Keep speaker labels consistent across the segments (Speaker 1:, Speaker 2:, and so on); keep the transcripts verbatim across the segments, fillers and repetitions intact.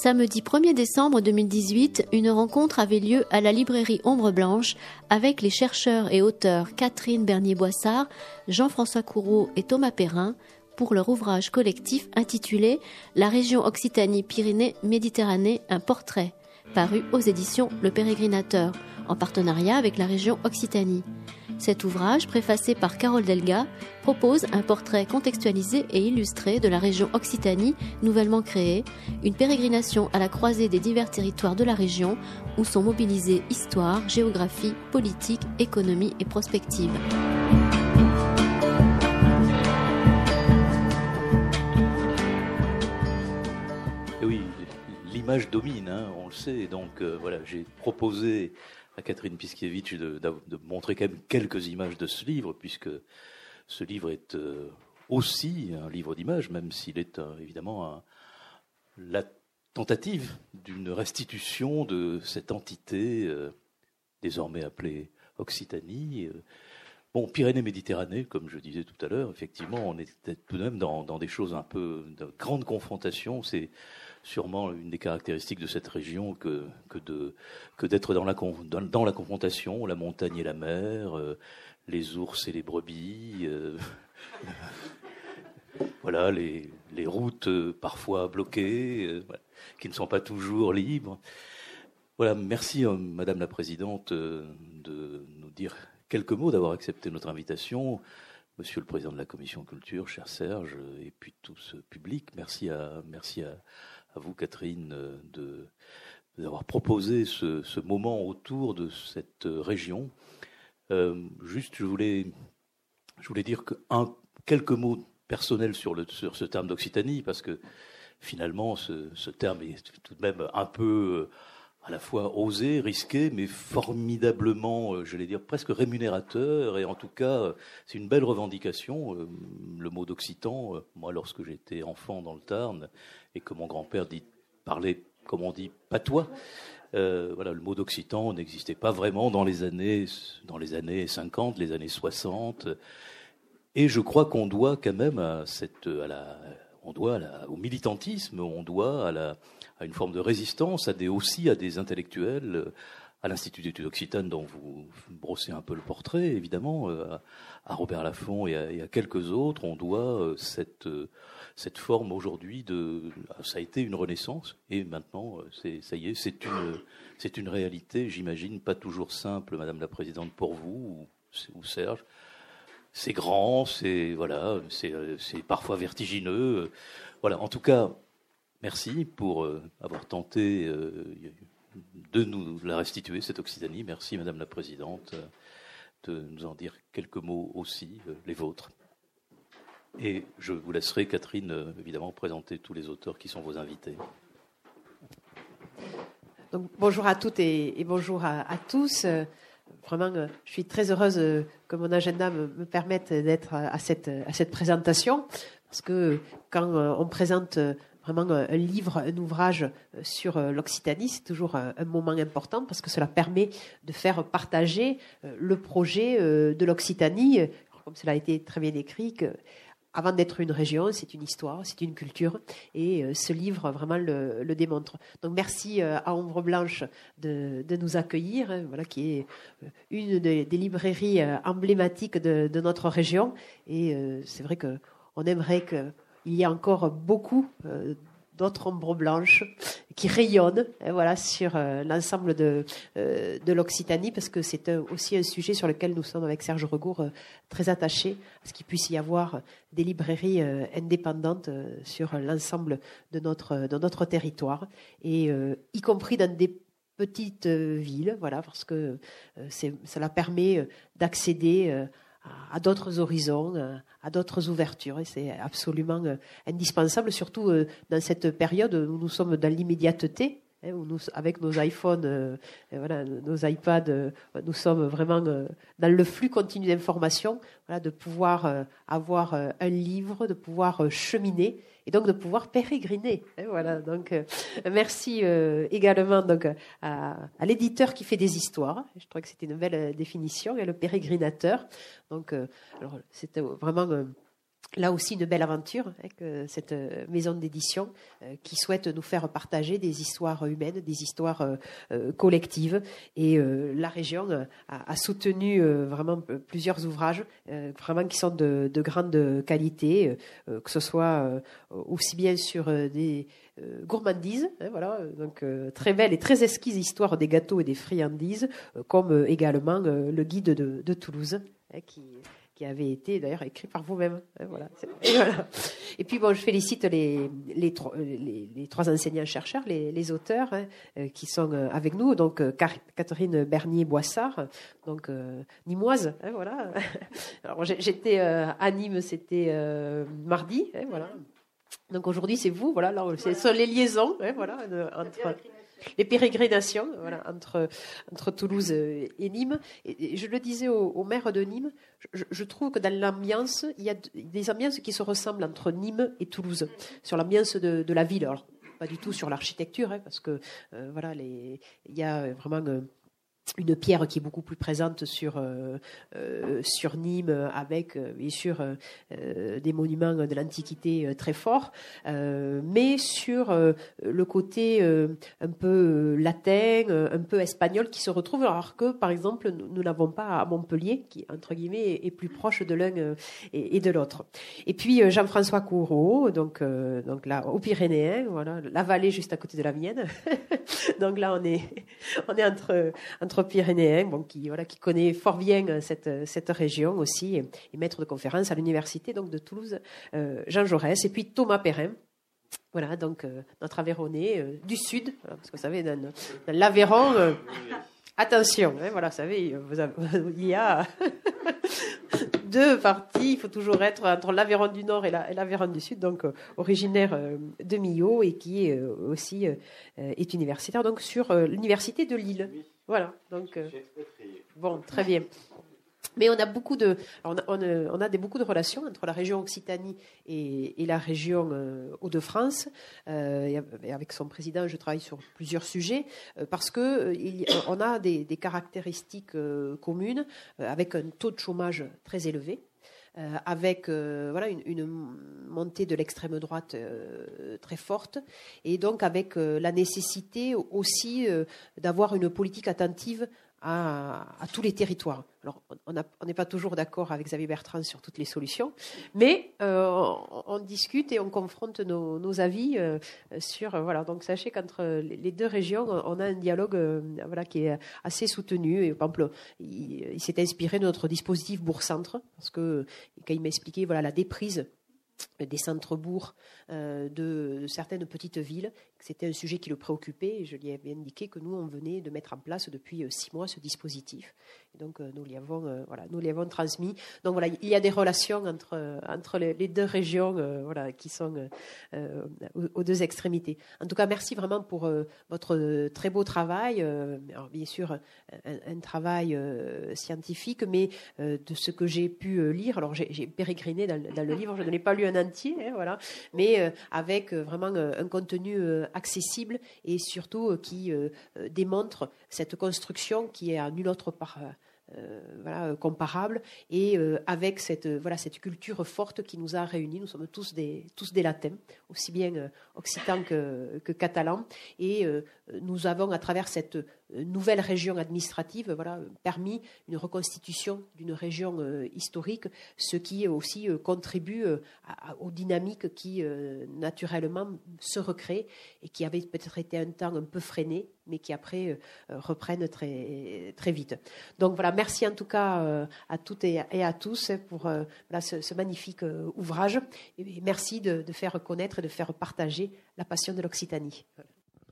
Speaker 1: Samedi premier décembre deux mille dix-huit, une rencontre avait lieu à la librairie Ombre Blanche avec les chercheurs et auteurs Catherine Bernier-Boissard, Jean-François Couraud et Thomas Perrin pour leur ouvrage collectif intitulé « La région Occitanie-Pyrénées-Méditerranée, un portrait », paru aux éditions Le Pérégrinateur, en partenariat avec la région Occitanie. Cet ouvrage, préfacé par Carole Delga, propose un portrait contextualisé et illustré de la région Occitanie nouvellement créée, une pérégrination à la croisée des divers territoires de la région où sont mobilisés histoire, géographie, politique, économie et prospective.
Speaker 2: Et oui, l'image domine, hein, on le sait, donc euh, voilà, j'ai proposé à Catherine Piskiewicz de, de, de montrer quand même quelques images de ce livre, puisque ce livre est euh, aussi un livre d'images, même s'il est euh, évidemment un, la tentative d'une restitution de cette entité euh, désormais appelée Occitanie. Euh, bon, Pyrénées-Méditerranée, comme je disais tout à l'heure, effectivement, on était tout de même dans, dans des choses un peu de grande confrontation. C'est sûrement une des caractéristiques de cette région que, que, de, que d'être dans la, dans, dans la confrontation, la montagne et la mer, euh, les ours et les brebis, euh, voilà, les, les routes euh, parfois bloquées, euh, voilà, qui ne sont pas toujours libres. Voilà, merci euh, Madame la Présidente euh, de nous dire quelques mots, d'avoir accepté notre invitation. Monsieur le Président de la Commission Culture, cher Serge, et puis tout ce public, merci à, merci à, à vous, Catherine, de, d'avoir proposé ce, ce moment autour de cette région. Euh, juste, je voulais, je voulais dire que un, quelques mots personnels sur, le, sur ce terme d'Occitanie, parce que finalement, ce, ce terme est tout de même un peu à la fois osé, risqué, mais formidablement, je vais dire, presque rémunérateur. Et en tout cas, c'est une belle revendication. Le mot d'occitan, moi, lorsque j'étais enfant dans le Tarn, et que mon grand-père dit, parlait, comme on dit, patois, euh, voilà, le mot d'occitan n'existait pas vraiment dans les années, dans les années cinquante, les années soixante. Et je crois qu'on doit quand même à cette, à la, on doit à la, au militantisme, on doit à la, à une forme de résistance, à des, aussi à des intellectuels, à l'Institut d'études occitanes dont vous brossez un peu le portrait, évidemment, à Robert Laffont et à, et à quelques autres. On doit cette, cette forme aujourd'hui de... Ça a été une renaissance, et maintenant, c'est, ça y est, c'est une, c'est une réalité, j'imagine, pas toujours simple, Madame la Présidente, pour vous, ou, ou Serge. C'est grand, c'est, voilà, c'est, c'est parfois vertigineux. Voilà, en tout cas... Merci pour euh, avoir tenté euh, de nous la restituer, cette Occitanie. Merci, Madame la Présidente, euh, de nous en dire quelques mots aussi, euh, les vôtres. Et je vous laisserai, Catherine, euh, évidemment, présenter tous les auteurs qui sont vos invités.
Speaker 3: Donc, bonjour à toutes et, et bonjour à, à tous. Euh, vraiment, euh, je suis très heureuse euh, que mon agenda me, me permette d'être à cette, à cette présentation, parce que quand euh, on présente... Euh, vraiment un livre, un ouvrage sur l'Occitanie, c'est toujours un moment important parce que cela permet de faire partager le projet de l'Occitanie, comme cela a été très bien écrit, que avant d'être une région, c'est une histoire, c'est une culture, et ce livre vraiment le, le démontre. Donc merci à Ombre Blanche de, de nous accueillir, voilà, qui est une des, des librairies emblématiques de, de notre région, et c'est vrai qu'on aimerait que il y a encore beaucoup euh, d'autres ombres blanches qui rayonnent, hein, voilà, sur euh, l'ensemble de, euh, de l'Occitanie, parce que c'est un, aussi un sujet sur lequel nous sommes, avec Serge Regour, euh, très attachés, à ce qu'il puisse y avoir des librairies euh, indépendantes euh, sur l'ensemble de notre, de notre territoire, et euh, y compris dans des petites euh, villes, voilà, parce que euh, c'est, cela permet euh, d'accéder euh, à d'autres horizons, à d'autres ouvertures. Et c'est absolument indispensable, surtout dans cette période où nous sommes dans l'immédiateté, où nous, avec nos iPhones, et voilà, nos iPads, nous sommes vraiment dans le flux continu d'informations, voilà, de pouvoir avoir un livre, de pouvoir cheminer et donc de pouvoir pérégriner. Voilà, donc merci également donc à, à l'éditeur qui fait des histoires. Je trouve que c'était une belle définition, et le pérégrinateur. Donc, alors c'était vraiment là aussi une belle aventure avec hein, cette maison d'édition euh, qui souhaite nous faire partager des histoires humaines, des histoires euh, euh, collectives. Et euh, la région a, a soutenu euh, vraiment plusieurs ouvrages, euh, vraiment qui sont de, de grande qualité, euh, que ce soit euh, aussi bien sur euh, des euh, gourmandises, hein, voilà, donc euh, très belle et très esquisse histoire des gâteaux et des friandises, euh, comme euh, également euh, le guide de, de Toulouse, hein, qui qui avait été d'ailleurs écrit par vous-même. Hein, voilà. Et, voilà. Et puis bon, je félicite les, les, les, les trois enseignants-chercheurs, les, les auteurs hein, euh, qui sont euh, avec nous. Donc euh, Catherine Bernier-Boissard, donc euh, nimoise. Hein, voilà. Alors j'étais euh, à Nîmes, c'était euh, mardi. Hein, voilà. Donc aujourd'hui c'est vous. Voilà, là, c'est sur les liaisons. Hein, voilà, de, entre les pérégrinations voilà, entre, entre Toulouse et Nîmes. Et, et je le disais au, au maire de Nîmes, je, je trouve que dans l'ambiance, il y a des ambiances qui se ressemblent entre Nîmes et Toulouse, sur l'ambiance de, de la ville. Alors, pas du tout sur l'architecture, hein, parce que euh, voilà, les, il y a vraiment... Euh, une pierre qui est beaucoup plus présente sur euh, euh, sur Nîmes, avec euh, bien sûr euh, des monuments de l'Antiquité euh, très forts, euh, mais sur euh, le côté euh, un peu latin, euh, un peu espagnol qui se retrouve, alors que par exemple nous n'avons pas à Montpellier, qui entre guillemets est plus proche de l'un euh, et, et de l'autre. Et puis euh, Jean-François Courreau, donc euh, donc là aux Pyrénéens, voilà, la vallée juste à côté de la mienne. Donc là on est on est entre entre Pyrénéen, bon, qui, voilà, qui connaît fort bien cette, cette région aussi, et, et maître de conférence à l'université donc, de Toulouse, euh, Jean Jaurès, et puis Thomas Perrin, voilà, donc euh, notre Aveyronais euh, du Sud, voilà, parce que vous savez, dans, dans l'Aveyron, euh, attention, hein, voilà, vous savez, vous avez, il y a deux parties, il faut toujours être entre l'Aveyron du Nord et, la, et l'Aveyron du Sud, donc euh, originaire euh, de Millau et qui est euh, aussi euh, est universitaire donc sur euh, l'université de Lille. Voilà, donc euh, bon, très bien. Mais on a beaucoup de, on a, on a, on a des, beaucoup de relations entre la région Occitanie et, et la région euh, Hauts-de-France. Euh, et avec son président, je travaille sur plusieurs sujets euh, parce que euh, il, on a des, des caractéristiques euh, communes euh, avec un taux de chômage très élevé. Euh, avec euh, voilà une, une montée de l'extrême droite euh, très forte, et donc avec euh, la nécessité aussi euh, d'avoir une politique attentive à, à tous les territoires. Alors, on n'est pas toujours d'accord avec Xavier Bertrand sur toutes les solutions, mais euh, on, on discute et on confronte nos, nos avis euh, sur... Euh, voilà, donc sachez qu'entre les deux régions, on a un dialogue euh, voilà, qui est assez soutenu. Et, par exemple, il, il s'est inspiré de notre dispositif Bourg-Centre, parce que quand il m'a expliqué voilà, la déprise des centres-bourgs euh, de, de certaines petites villes, que c'était un sujet qui le préoccupait, et je lui ai indiqué que nous, on venait de mettre en place depuis euh, six mois ce dispositif. Et donc, euh, nous lui avons, euh, voilà, nous lui avons transmis. Donc, voilà, il y a des relations entre, euh, entre les, les deux régions euh, voilà, qui sont euh, euh, aux, aux deux extrémités. En tout cas, merci vraiment pour euh, votre très beau travail. Euh, alors, bien sûr, un, un travail euh, scientifique, mais euh, de ce que j'ai pu euh, lire, alors j'ai, j'ai pérégriné dans, dans le livre, je ne l'ai pas lu un entier, hein, voilà, mais euh, avec euh, vraiment euh, un contenu euh, accessible et surtout euh, qui euh, euh, démontre cette construction qui est à nulle autre part euh, euh, voilà, comparable, et euh, avec cette, euh, voilà, cette culture forte qui nous a réunis. Nous sommes tous des, tous des latins, aussi bien euh, occitans que, que catalans, et euh, nous avons, à travers cette nouvelle région administrative, voilà, permis une reconstitution d'une région euh, historique, ce qui aussi euh, contribue euh, à, aux dynamiques qui euh, naturellement se recréent et qui avaient peut-être été un temps un peu freinées, mais qui après euh, reprennent très, très vite. Donc voilà, merci en tout cas euh, à toutes et à, et à tous pour euh, voilà, ce, ce magnifique euh, ouvrage, et merci de, de faire connaître et de faire partager la passion de l'Occitanie. Voilà.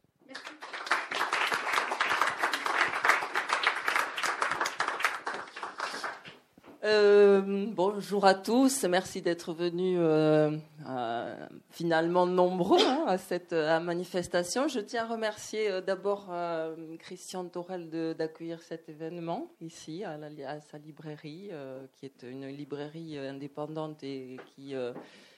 Speaker 4: Euh, bonjour à tous, merci d'être venus euh, euh, finalement nombreux hein, à cette à manifestation. Je tiens à remercier euh, d'abord euh, Christian Torel de, d'accueillir cet événement ici à, la, à sa librairie, euh, qui est une librairie indépendante et qui euh,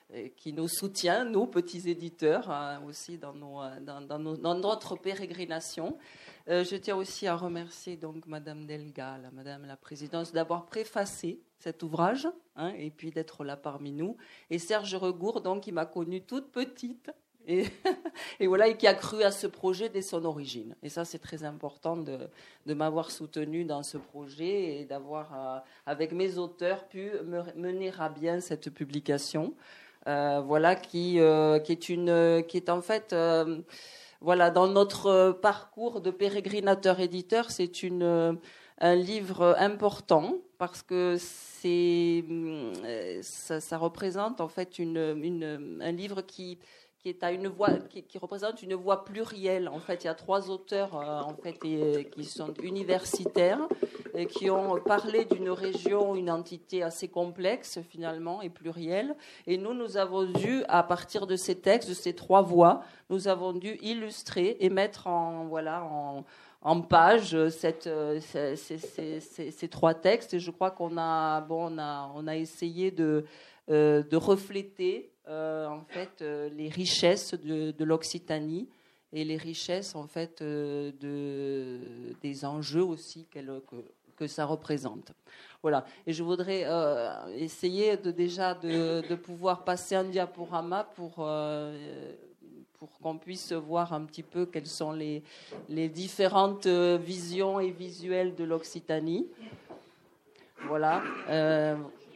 Speaker 4: qui nous soutient, nous, petits éditeurs, hein, aussi dans, nos, dans, dans, nos, dans notre pérégrination. Euh, je tiens aussi à remercier donc Madame Delga, la Madame la Présidente, d'avoir préfacé cet ouvrage, hein, et puis d'être là parmi nous. Et Serge Regour, donc, qui m'a connue toute petite, et, et voilà, et qui a cru à ce projet dès son origine. Et ça, c'est très important de, de m'avoir soutenue dans ce projet et d'avoir, euh, avec mes auteurs, pu me, mener à bien cette publication. Euh, voilà, qui, euh, qui est une, qui est en fait, euh, voilà, dans notre parcours de pérégrinateur-éditeur, c'est une, un livre important parce que c'est, ça, ça représente en fait une, une, un livre qui qui est à une voix, qui, qui représente une voix plurielle. En fait, il y a trois auteurs euh, en fait et, qui sont universitaires et qui ont parlé d'une région, une entité assez complexe finalement et plurielle. Et nous, nous avons dû, à partir de ces textes, de ces trois voix, nous avons dû illustrer et mettre en voilà en en page cette, ces, ces, ces, ces, ces trois textes. Et je crois qu'on a bon, on a on a essayé de euh, de refléter Euh, en fait, euh, les richesses de, de l'Occitanie et les richesses en fait euh, de, des enjeux aussi qu'elle, que, que ça représente. Voilà. Et je voudrais euh, essayer de, déjà de, de pouvoir passer un diaporama pour euh, pour qu'on puisse voir un petit peu quelles sont les les différentes visions et visuels de l'Occitanie. Voilà. Euh,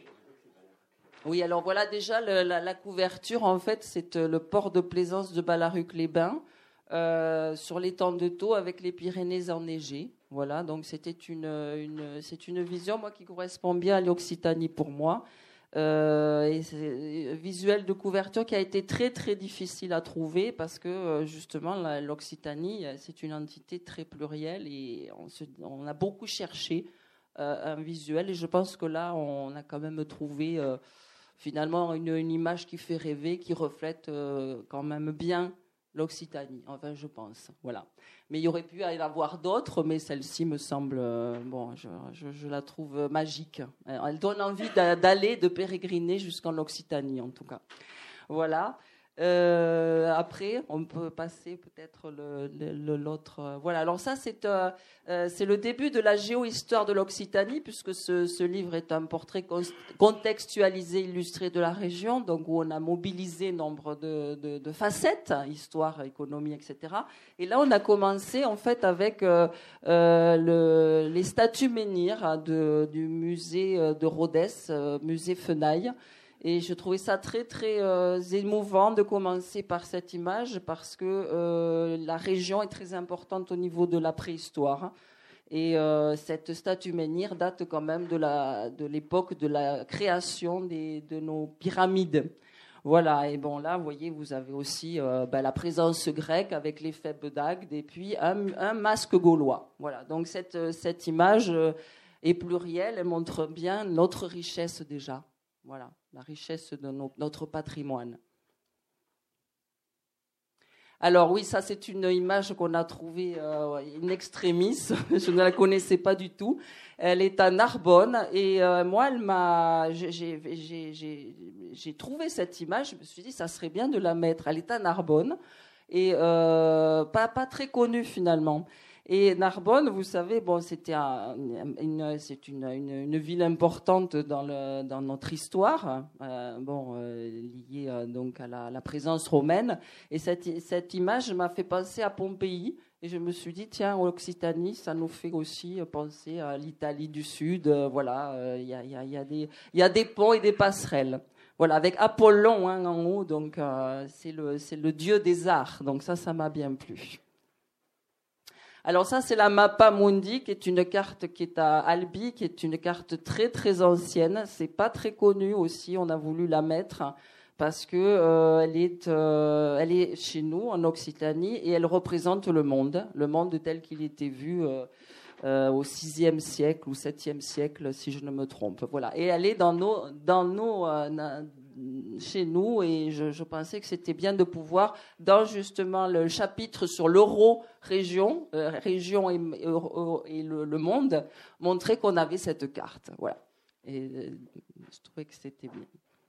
Speaker 4: Oui, alors voilà déjà le, la, la couverture, en fait, c'est le port de plaisance de Ballaruc-les-Bains euh, sur l'étang de Thau avec les Pyrénées enneigées. Voilà, donc c'était une, une, c'est une vision moi qui correspond bien à l'Occitanie pour moi. Euh, et c'est un visuel de couverture qui a été très très difficile à trouver parce que justement la, l'Occitanie c'est une entité très plurielle et on, se, on a beaucoup cherché euh, un visuel et je pense que là on a quand même trouvé euh, finalement une, une image qui fait rêver, qui reflète euh, quand même bien l'Occitanie, enfin je pense, voilà. Mais il y aurait pu y en avoir d'autres, mais celle-ci me semble, euh, bon, je, je, je la trouve magique. Elle donne envie d'aller, de pérégriner jusqu'en Occitanie, en tout cas. Voilà. Euh, après, on peut passer peut-être le, le, l'autre. Voilà. Alors ça, c'est euh, c'est le début de la géohistoire de l'Occitanie, puisque ce, ce livre est un portrait contextualisé, illustré de la région, donc où on a mobilisé nombre de, de, de facettes, histoire, économie, et cetera. Et là, on a commencé en fait avec euh, euh, le, les statues menhirs de, du musée de Rhodes, euh, musée Fenaille. Et je trouvais ça très, très euh, émouvant de commencer par cette image parce que euh, la région est très importante au niveau de la préhistoire. Et euh, cette statue menhir date quand même de, la, de l'époque de la création des, de nos pyramides. Voilà, et bon là, vous voyez, vous avez aussi euh, ben, la présence grecque avec les fèves d'Agde et puis un, un masque gaulois. Voilà, donc cette, cette image euh, est plurielle, elle montre bien notre richesse déjà. Voilà, la richesse de nos, notre patrimoine. Alors oui, ça c'est une image qu'on a trouvée euh, in extremis, je ne la connaissais pas du tout. Elle est à Narbonne et euh, moi, elle m'a, j'ai, j'ai, j'ai, j'ai trouvé cette image, je me suis dit ça serait bien de la mettre. Elle est à Narbonne et euh, pas, pas très connue finalement. Et Narbonne, vous savez, bon, c'était un, une, c'est une, une, une ville importante dans, le, dans notre histoire, euh, bon, euh, liée euh, donc à la, la présence romaine. Et cette, cette image m'a fait penser à Pompéi. Et je me suis dit, tiens, Occitanie, ça nous fait aussi penser à l'Italie du Sud. Euh, voilà, il euh, y, a, y, a, y, a des, y a des ponts et des passerelles. Voilà, avec Apollon hein, en haut, donc euh, c'est, le, c'est le dieu des arts. Donc ça, ça m'a bien plu. Alors ça, c'est la Mappa Mundi, qui est une carte qui est à Albi, qui est une carte très très ancienne. C'est pas très connu aussi. On a voulu la mettre parce que euh, elle est, euh, elle est chez nous en Occitanie et elle représente le monde, le monde tel qu'il était vu euh, euh, au sixième siècle ou septième siècle, si je ne me trompe. Voilà. Et elle est dans nos, dans nos, euh, chez nous et je, je pensais que c'était bien de pouvoir, dans justement le chapitre sur l'euro-région, euh, région et, et, et le, le monde, montrer qu'on avait cette carte. Voilà. Et euh, je trouvais que c'était bien.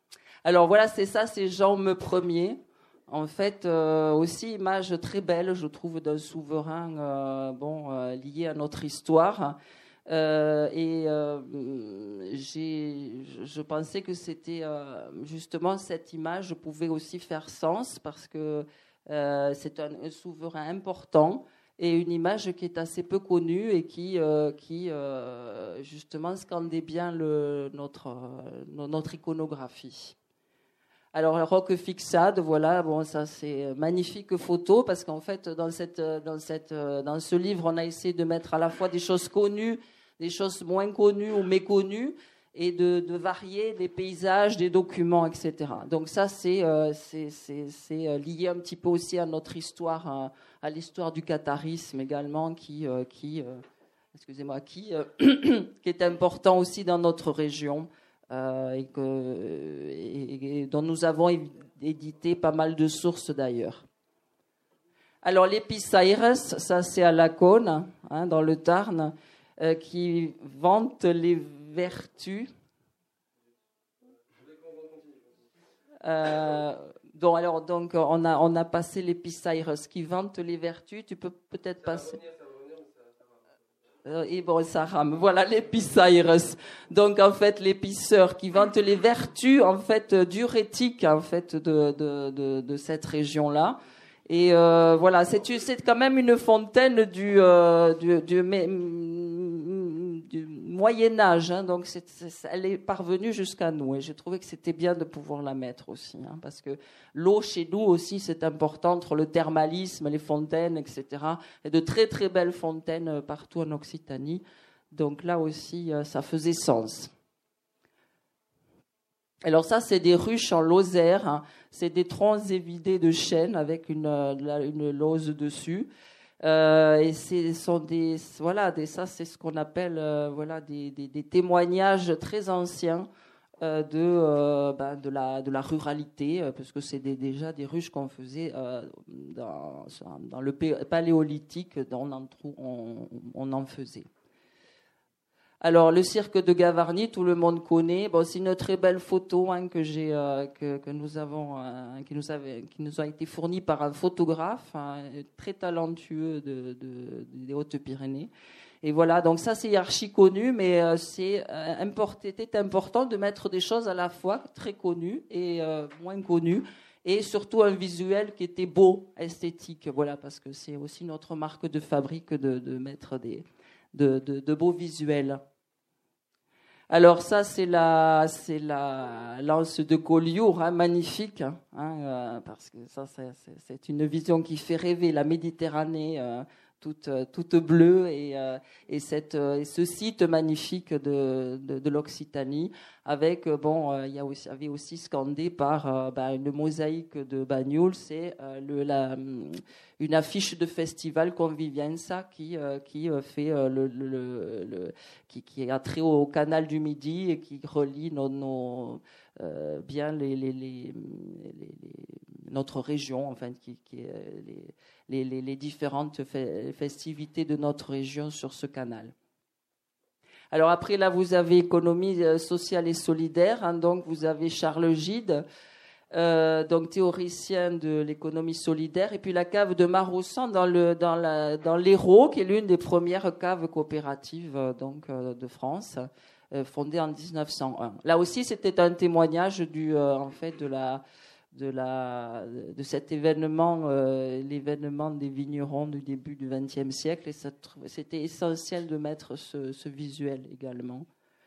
Speaker 4: Alors voilà, c'est ça, c'est Jean Ier. En fait, euh, aussi image très belle, je trouve, d'un souverain euh, bon, euh, lié à notre histoire. Euh, et euh, j'ai, je pensais que c'était euh, justement cette image pouvait aussi faire sens parce que euh, c'est un, un souverain important et une image qui est assez peu connue et qui, euh, qui euh, justement scandait bien le, notre, euh, notre iconographie. Alors, Roque Fixade, voilà, bon, ça c'est magnifique photo parce qu'en fait, dans, cette, dans, cette, dans ce livre, on a essayé de mettre à la fois des choses connues, des choses moins connues ou méconnues et de, de varier des paysages, des documents, et cetera. Donc ça, c'est, euh, c'est, c'est, c'est lié un petit peu aussi à notre histoire, à, à l'histoire du catharisme également, qui, euh, qui, euh, excusez-moi, qui, euh, qui est important aussi dans notre région. Euh, et, que, et, et dont nous avons édité pas mal de sources d'ailleurs. Alors l'Episaires, ça c'est à Laconne, hein, dans le Tarn, euh, qui vante les vertus. Euh, donc, alors, donc on a, on a passé l'Episaires qui vante les vertus. Tu peux peut-être passer. Et bon, ça rame. Voilà l'Episaires. Donc, en fait, l'épiceur qui vante les vertus, en fait, diurétiques, en fait, de, de, de, de cette région-là. Et euh, voilà, c'est, c'est quand même une fontaine du, euh, du, du, du Moyen-Âge. Hein, donc, c'est, c'est, elle est parvenue jusqu'à nous. Et j'ai trouvé que c'était bien de pouvoir la mettre aussi. Hein, parce que l'eau, chez nous aussi, c'est important entre le thermalisme, les fontaines, et cetera. Et de très, très belles fontaines partout en Occitanie. Donc là aussi, ça faisait sens. Alors ça, c'est des ruches en Lozère, hein. C'est des troncs évidés de chêne avec une, une lose dessus. Euh, et ce sont des, voilà, des, ça c'est ce qu'on appelle euh, voilà, des, des, des témoignages très anciens euh, de, euh, ben, de, la, de la ruralité, euh, parce que c'est des, déjà des ruches qu'on faisait euh, dans, dans le paléolithique, on en, on, on en faisait. Alors, le cirque de Gavarnie, tout le monde connaît. Bon, c'est une très belle photo hein, que j'ai, euh, que, que nous avons, euh, qui nous avait, qui nous a été fournie par un photographe hein, très talentueux de, de, des Hautes-Pyrénées. Et voilà, donc ça c'est archi connu, mais euh, c'est euh, important, c'était important de mettre des choses à la fois très connues et euh, moins connues, et surtout un visuel qui était beau, esthétique. Voilà, parce que c'est aussi notre marque de fabrique de, de mettre des, de, de, de beaux visuels. Alors ça, c'est la, c'est la lance de Collioure, hein, magnifique, hein, euh, parce que ça, c'est, c'est une vision qui fait rêver la Méditerranée, euh, toute, toute bleue, et, euh, et, cette, et ce site magnifique de, de, de l'Occitanie, avec, bon, euh, il y a aussi, avait aussi scandé par euh, bah, une mosaïque de Banyuls, c'est euh, le, la, une affiche de festival Convivienza qui, euh, qui fait euh, le, le, le qui, qui a trait au canal du Midi et qui relie nos, nos, euh, bien les, les, les, les, les, notre région, enfin, qui, qui, les, les, les différentes festivités de notre région sur ce canal. Alors après, là, vous avez économie sociale et solidaire, hein, donc vous avez Charles Gide, Euh, donc théoricien de l'économie solidaire, et puis la cave de Maraussan dans le dans la dans l'Hérault, qui est l'une des premières caves coopératives euh, donc euh, de France, euh, fondée en dix-neuf cent un. Là aussi, c'était un témoignage du euh, en fait de la de la de cet événement, euh, l'événement des vignerons du début du vingtième siècle, et ça, c'était essentiel de mettre ce, ce visuel également.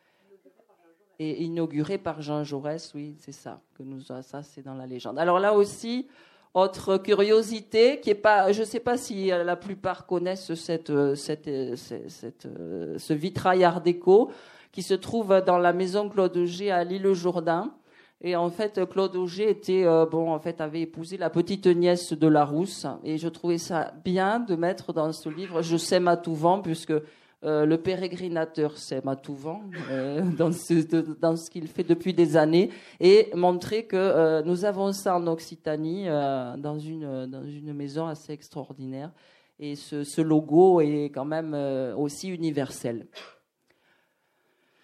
Speaker 4: Et inauguré par Jean Jaurès, oui, c'est ça, que nous, ça c'est dans la légende. Alors là aussi, autre curiosité, qui est pas, je ne sais pas si la plupart connaissent cette, cette, cette, cette, ce vitrail art déco, qui se trouve dans la maison Claude Auger à l'Île-Jourdain. Et en fait, Claude Auger était, euh, bon, en fait, avait épousé la petite nièce de Larousse, et je trouvais ça bien de mettre dans ce livre Je sème à tout vent, puisque Euh, le pérégrinateur sème à tout vent euh, dans, ce, de, dans ce qu'il fait depuis des années, et montrer que euh, nous avons ça en Occitanie euh, dans, une, dans une maison assez extraordinaire, et ce, ce logo est quand même euh, aussi universel.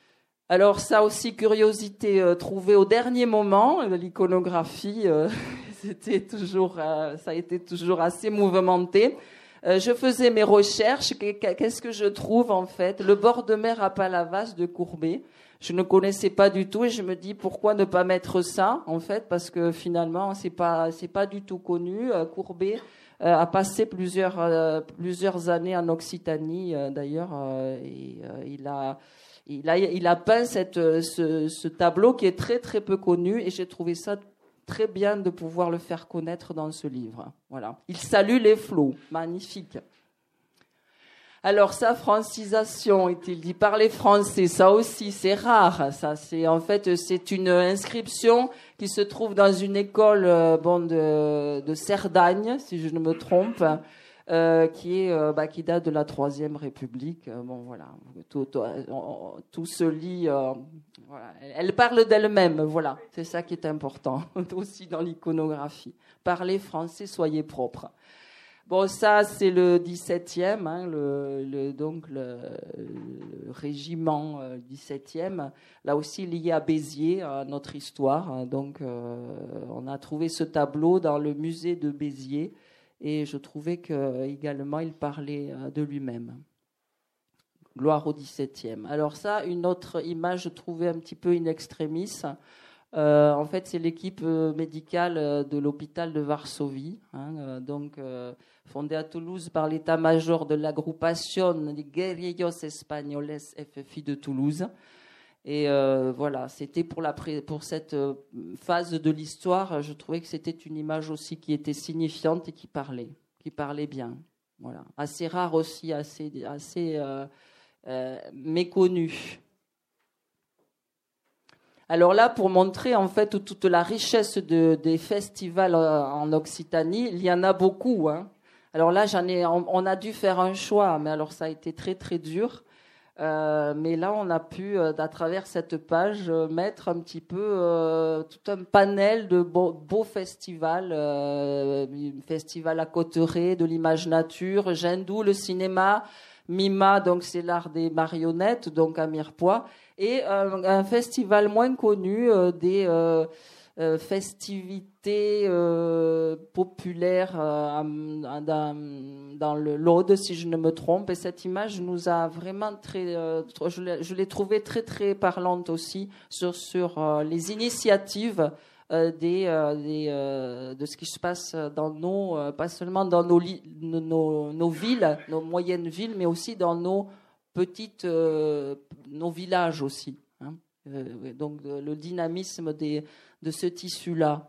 Speaker 4: Alors ça aussi, curiosité euh, trouvée au dernier moment, l'iconographie, euh, c'était toujours, euh, ça a été toujours assez mouvementé. Euh, je faisais mes recherches, qu'est-ce que je trouve en fait? Le bord de mer à Palavas de Courbet. Je ne connaissais pas du tout et je me dis pourquoi ne pas mettre ça en fait, parce que finalement c'est pas c'est pas du tout connu. Euh, Courbet euh, a passé plusieurs euh, plusieurs années en Occitanie euh, d'ailleurs euh, et euh, il a il a il a peint cette ce, ce tableau qui est très très peu connu et j'ai trouvé ça très bien de pouvoir le faire connaître dans ce livre. Voilà. Il salue les flots, magnifique. Alors ça, francisation, est-il dit, parler français, ça aussi, c'est rare. Ça, c'est en fait, c'est une inscription qui se trouve dans une école, euh, bon, de, de Cerdagne, si je ne me trompe, euh, qui est, euh, bah, qui date de la Troisième République. Euh, bon, voilà, tout, tout, tout se lit. Euh, voilà. Elle parle d'elle-même, voilà, c'est ça qui est important aussi dans l'iconographie. Parlez français, soyez propre. Bon, ça, c'est le dix-septième, hein, le, le, donc le, le régiment euh, dix-septième, là aussi lié à Béziers, à notre histoire. Donc, euh, on a trouvé ce tableau dans le musée de Béziers et je trouvais qu'également, il parlait de lui-même. Gloire au dix-septième. Alors ça, une autre image, je trouvais un petit peu in extremis. Euh, en fait, c'est l'équipe médicale de l'hôpital de Varsovie, hein, euh, donc euh, fondée à Toulouse par l'état-major de l'Agrupación de Guerrilleros Españoles F F I de Toulouse. Et euh, voilà, c'était pour, la pré- pour cette phase de l'histoire, je trouvais que c'était une image aussi qui était signifiante et qui parlait, qui parlait bien. Voilà, assez rare aussi, assez, assez euh, euh, méconnue. Alors là, pour montrer en fait toute la richesse de, des festivals en Occitanie, il y en a beaucoup, hein. Alors là, j'en ai, on, on a dû faire un choix, mais alors ça a été très très dur. Euh, mais là, on a pu, euh, à travers cette page, euh, mettre un petit peu euh, tout un panel de beaux, beaux festivals, euh, festival à Cotteret, de l'image nature, Jindou, le cinéma, Mima, donc c'est l'art des marionnettes, donc à Mirepoix, et euh, un festival moins connu euh, des euh, euh, festivités euh, populaires euh, dans, dans le l'Aude, si je ne me trompe. Et cette image nous a vraiment très, euh, je l'ai, je l'ai trouvée très très parlante aussi sur sur euh, les initiatives euh, des, euh, des euh, de ce qui se passe dans nos, euh, pas seulement dans nos, li, nos nos villes, nos moyennes villes, mais aussi dans nos petites, euh, nos villages aussi, hein. Euh, donc euh, le dynamisme des, de ce tissu-là.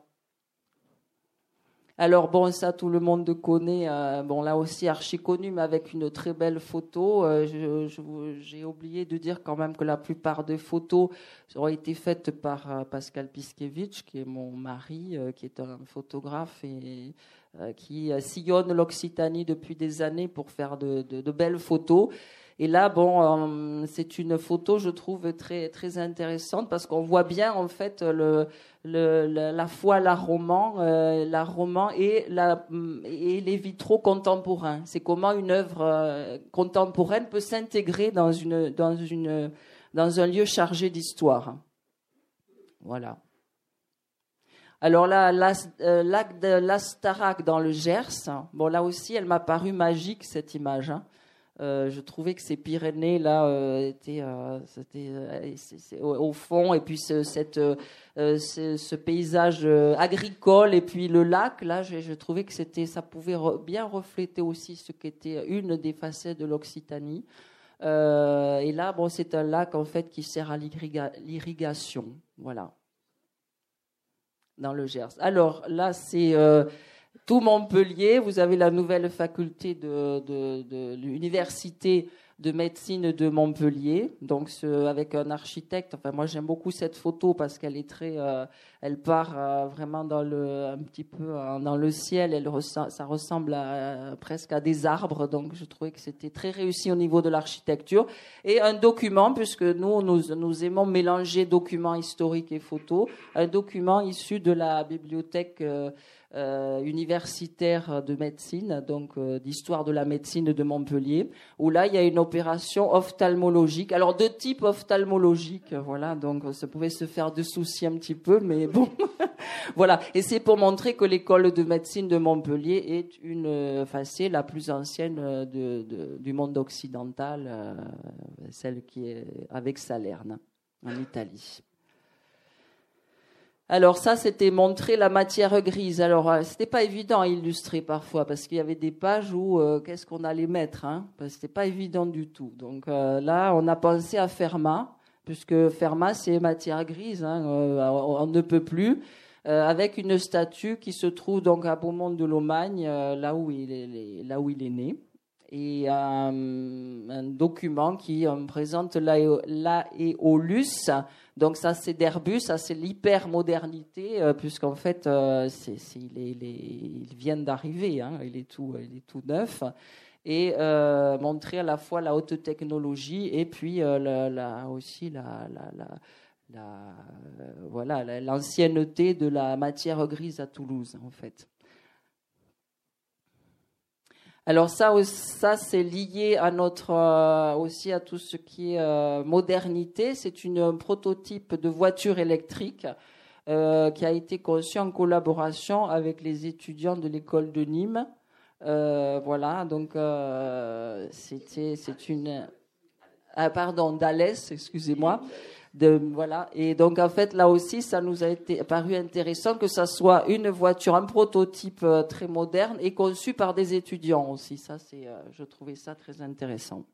Speaker 4: Alors bon, ça tout le monde connaît, euh, bon là aussi archi connu, mais avec une très belle photo. Euh, je, je, j'ai oublié de dire quand même que la plupart des photos ont été faites par euh, Pascal Piskevich, qui est mon mari, euh, qui est un photographe et euh, qui euh, sillonne l'Occitanie depuis des années pour faire de, de, de belles photos. Et là, bon, euh, c'est une photo, je trouve, très très intéressante parce qu'on voit bien en fait le, le, le la fois la roman, euh, la roman et la et les vitraux contemporains. C'est comment une œuvre euh, contemporaine peut s'intégrer dans une dans une dans un lieu chargé d'histoire. Voilà. Alors là, euh, lac de l'Astarac dans le Gers. Bon, là aussi, elle m'a paru magique cette image, hein. Euh, je trouvais que ces Pyrénées là euh, étaient, euh, c'était, euh, c'est, c'est, au, au fond, et puis ce, cette, euh, ce, ce paysage euh, agricole et puis le lac là, je, je trouvais que c'était, ça pouvait re, bien refléter aussi ce qu'était une des facettes de l'Occitanie. Euh, et là, bon, c'est un lac en fait qui sert à l'irriga, l'irrigation, voilà, dans le Gers. Alors là, c'est euh, tout Montpellier, vous avez la nouvelle faculté de, de, de l'université de médecine de Montpellier, donc ce, avec un architecte. Enfin, moi j'aime beaucoup cette photo parce qu'elle est très, euh, elle part euh, vraiment dans le, un petit peu euh, dans le ciel. Elle ressent, ça ressemble à, presque à des arbres, donc je trouvais que c'était très réussi au niveau de l'architecture. Et un document, puisque nous nous, nous aimons mélanger documents historiques et photos, un document issu de la bibliothèque. Euh, euh, universitaire de médecine, donc euh, d'histoire de la médecine de Montpellier, où là il y a une opération ophtalmologique, alors de type ophtalmologique, voilà, donc ça pouvait se faire de soucis un petit peu, mais bon, voilà. Et c'est pour montrer que l'école de médecine de Montpellier est une, enfin c'est la plus ancienne de, de, du monde occidental, euh, celle qui est avec Salerne en Italie. Alors ça, c'était montrer la matière grise. Alors, euh, c'était pas évident à illustrer parfois, parce qu'il y avait des pages où euh, qu'est-ce qu'on allait mettre, hein, parce que c'était pas évident du tout. Donc euh, là, on a pensé à Fermat, puisque Fermat, c'est matière grise, hein, euh, on ne peut plus, euh, avec une statue qui se trouve donc à Beaumont-de-Lomagne, euh, là où il est, là où il est né. Et euh, un document qui euh, présente l'Aeolus. Donc ça, c'est d'Airbus, ça c'est l'hypermodernité, euh, puisqu'en fait, euh, c'est, c'est, il, est, il, est, il vient d'arriver, hein, il, est tout, il est tout neuf. Et euh, montrer à la fois la haute technologie et puis euh, la, la, aussi la, la, la, la, euh, voilà, la, l'ancienneté de la matière grise à Toulouse, en fait. Alors ça, ça c'est lié à notre euh, aussi à tout ce qui est euh, modernité. C'est une un prototype de voiture électrique euh, qui a été conçu en collaboration avec les étudiants de l'école de Nîmes. Euh, voilà, donc euh, c'était c'est une ah, pardon d'Alès, excusez-moi. De, voilà. Et donc, en fait, là aussi, ça nous a été paru intéressant que ça soit une voiture, un prototype euh, très moderne et conçu par des étudiants aussi. Ça, c'est, euh, je trouvais ça très intéressant.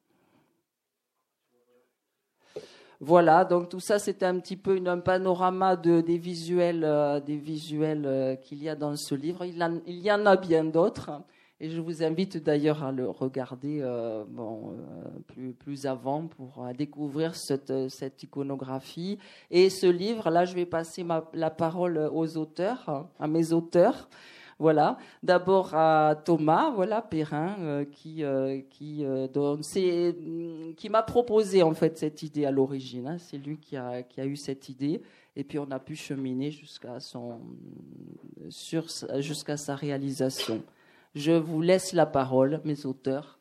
Speaker 4: Voilà. Donc, tout ça, c'était un petit peu une, un panorama de, des visuels, euh, des visuels euh, qu'il y a dans ce livre. Il, en, il y en a bien d'autres. Et je vous invite d'ailleurs à le regarder euh, bon, euh, plus, plus avant pour euh, découvrir cette, cette iconographie. Et ce livre, là, je vais passer ma, la parole aux auteurs, à mes auteurs. Voilà. D'abord à Thomas, voilà, Perrin, euh, qui, euh, qui, euh, donc, c'est, qui m'a proposé en fait cette idée à l'origine. Hein. C'est lui qui a, qui a eu cette idée. Et puis on a pu cheminer jusqu'à, son, sur, jusqu'à sa réalisation. Je vous laisse la parole, mes auteurs.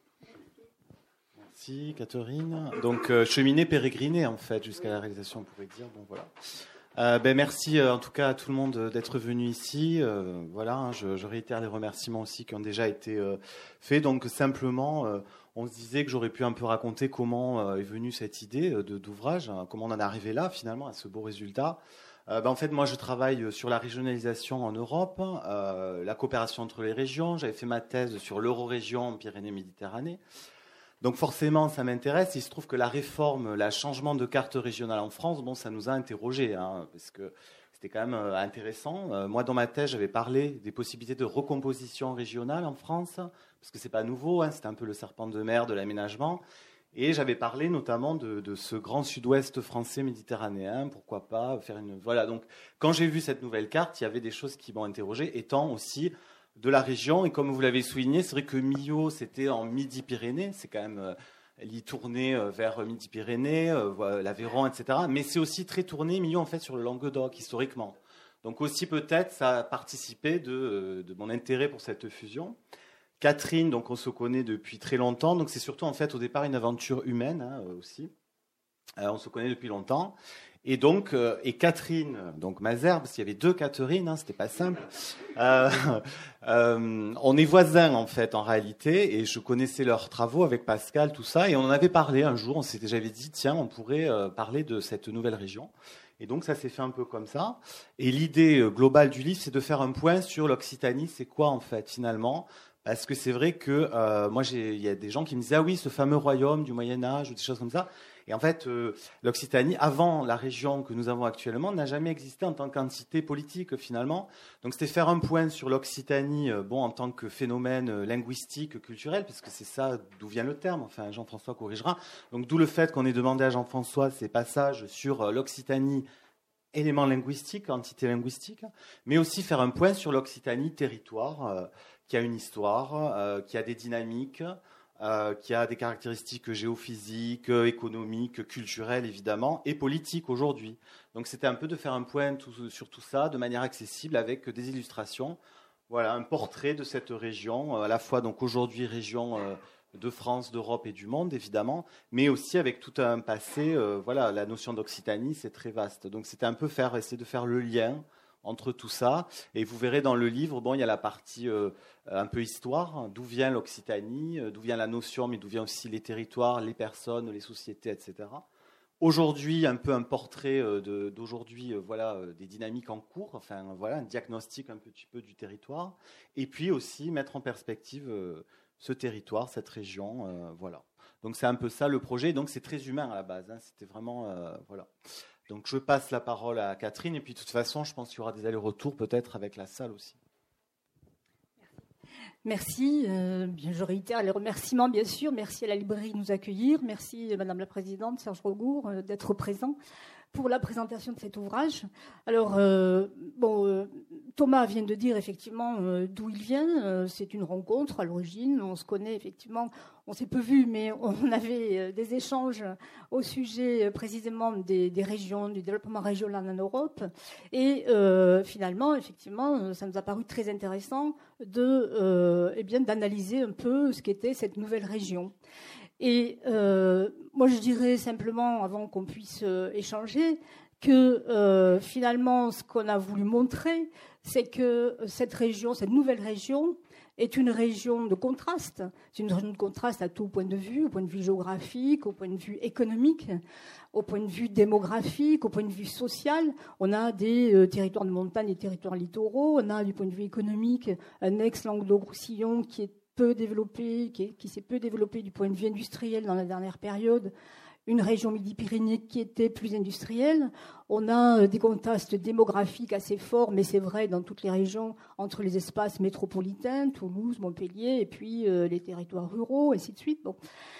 Speaker 5: Merci, Catherine. Donc, euh, cheminer, pérégriner, en fait, jusqu'à la réalisation, on pourrait dire. Bon, voilà. Euh, ben, merci, euh, en tout cas, à tout le monde d'être venu ici. Euh, voilà, hein, je, je réitère les remerciements aussi qui ont déjà été euh, faits. Donc, simplement, euh, on se disait que j'aurais pu un peu raconter comment euh, est venue cette idée de, d'ouvrage, hein, comment on en est arrivé là, finalement, à ce beau résultat. Euh, ben en fait, moi, je travaille sur la régionalisation en Europe, euh, la coopération entre les régions. J'avais fait ma thèse sur l'Eurorégion Pyrénées-Méditerranée. Donc forcément, ça m'intéresse. Il se trouve que la réforme, le changement de carte régionale en France, bon, ça nous a interrogés, hein, parce que c'était quand même euh, intéressant. Euh, moi, dans ma thèse, j'avais parlé des possibilités de recomposition régionale en France, parce que c'est pas nouveau, hein, c'était un peu le serpent de mer de l'aménagement. Et j'avais parlé notamment de, de ce grand sud-ouest français méditerranéen, pourquoi pas faire une... Voilà, donc quand j'ai vu cette nouvelle carte, il y avait des choses qui m'ont interrogé, étant aussi de la région. Et comme vous l'avez souligné, c'est vrai que Millau, c'était en Midi-Pyrénées, c'est quand même... Euh, il tournait euh, vers Midi-Pyrénées, euh, l'Aveyron, et cetera. Mais c'est aussi très tourné, Millau, en fait, sur le Languedoc, historiquement. Donc aussi, peut-être, ça a participé de, de mon intérêt pour cette fusion. Catherine, donc on se connaît depuis très longtemps, donc c'est surtout en fait au départ une aventure humaine hein, aussi. Euh, on se connaît depuis longtemps, et donc euh, et Catherine, donc Mazère, parce qu'il y avait deux Catherine, hein, c'était pas simple. Euh, euh, on est voisins en fait en réalité, et je connaissais leurs travaux avec Pascal, tout ça, et on en avait parlé un jour. On s'était, j'avais dit tiens, on pourrait euh, parler de cette nouvelle région. Et donc ça s'est fait un peu comme ça. Et l'idée globale du livre, c'est de faire un point sur l'Occitanie. C'est quoi en fait finalement? Parce que c'est vrai que euh, moi, il y a des gens qui me disaient ah oui, ce fameux royaume du Moyen Âge ou des choses comme ça. Et en fait, euh, l'Occitanie, avant la région que nous avons actuellement, n'a jamais existé en tant qu'entité politique finalement. Donc c'était faire un point sur l'Occitanie, euh, bon en tant que phénomène euh, linguistique, culturel, parce que c'est ça d'où vient le terme. Enfin, Jean-François corrigera. Donc d'où le fait qu'on ait demandé à Jean-François ces passages sur euh, l'Occitanie. Élément linguistique, entité linguistique, mais aussi faire un point sur l'Occitanie, territoire, euh, qui a une histoire, euh, qui a des dynamiques, euh, qui a des caractéristiques géophysiques, économiques, culturelles évidemment, et politiques aujourd'hui. Donc c'était un peu de faire un point tout, sur tout ça de manière accessible avec des illustrations voilà, un portrait de cette région, à la fois donc aujourd'hui région euh, de France, d'Europe et du monde, évidemment, mais aussi avec tout un passé. Euh, voilà, la notion d'Occitanie, c'est très vaste. Donc c'était un peu faire, essayer de faire le lien entre tout ça. Et vous verrez dans le livre, bon, il y a la partie euh, un peu histoire, hein, d'où vient l'Occitanie, euh, d'où vient la notion, mais d'où viennent aussi les territoires, les personnes, les sociétés, et cetera. Aujourd'hui, un peu un portrait euh, de, d'aujourd'hui, euh, voilà, euh, des dynamiques en cours, enfin voilà, un diagnostic un petit peu du territoire, et puis aussi mettre en perspective euh, ce territoire, cette région, euh, voilà. Donc c'est un peu ça le projet. Donc c'est très humain à la base, hein, c'était vraiment euh, voilà. Donc je passe la parole à Catherine, et puis de toute façon, je pense qu'il y aura des allers-retours peut-être avec la salle aussi.
Speaker 6: Merci. Euh, bien, je réitère les remerciements, bien sûr. Merci à la librairie de nous accueillir. Merci, Madame la Présidente, Serge Rogour, euh, d'être présent pour la présentation de cet ouvrage. Alors, euh, bon, euh, Thomas vient de dire effectivement euh, d'où il vient. Euh, c'est une rencontre à l'origine. On se connaît effectivement. On s'est peu vu, mais on avait euh, des échanges au sujet euh, précisément des, des régions, du développement régional en Europe. Et euh, finalement, effectivement, ça nous a paru très intéressant de, euh, eh bien, d'analyser un peu ce qu'était cette nouvelle région. Et euh, moi, je dirais simplement, avant qu'on puisse euh, échanger, que euh, finalement, ce qu'on a voulu montrer, c'est que cette région, cette nouvelle région, est une région de contraste. C'est une région de contraste à tout point de vue, au point de vue géographique, au point de vue économique, au point de vue démographique, au point de vue social. On a des euh, territoires de montagne, des territoires littoraux. On a, du point de vue économique, un ex-Languedoc-Roussillon qui est peu développé, qui, est, qui s'est peu développé du point de vue industriel dans la dernière période, une région Midi-Pyrénées qui était plus industrielle. On a des contrastes démographiques assez forts, mais c'est vrai dans toutes les régions, entre les espaces métropolitains, Toulouse, Montpellier, et puis euh, les territoires ruraux, et ainsi de suite. Bon.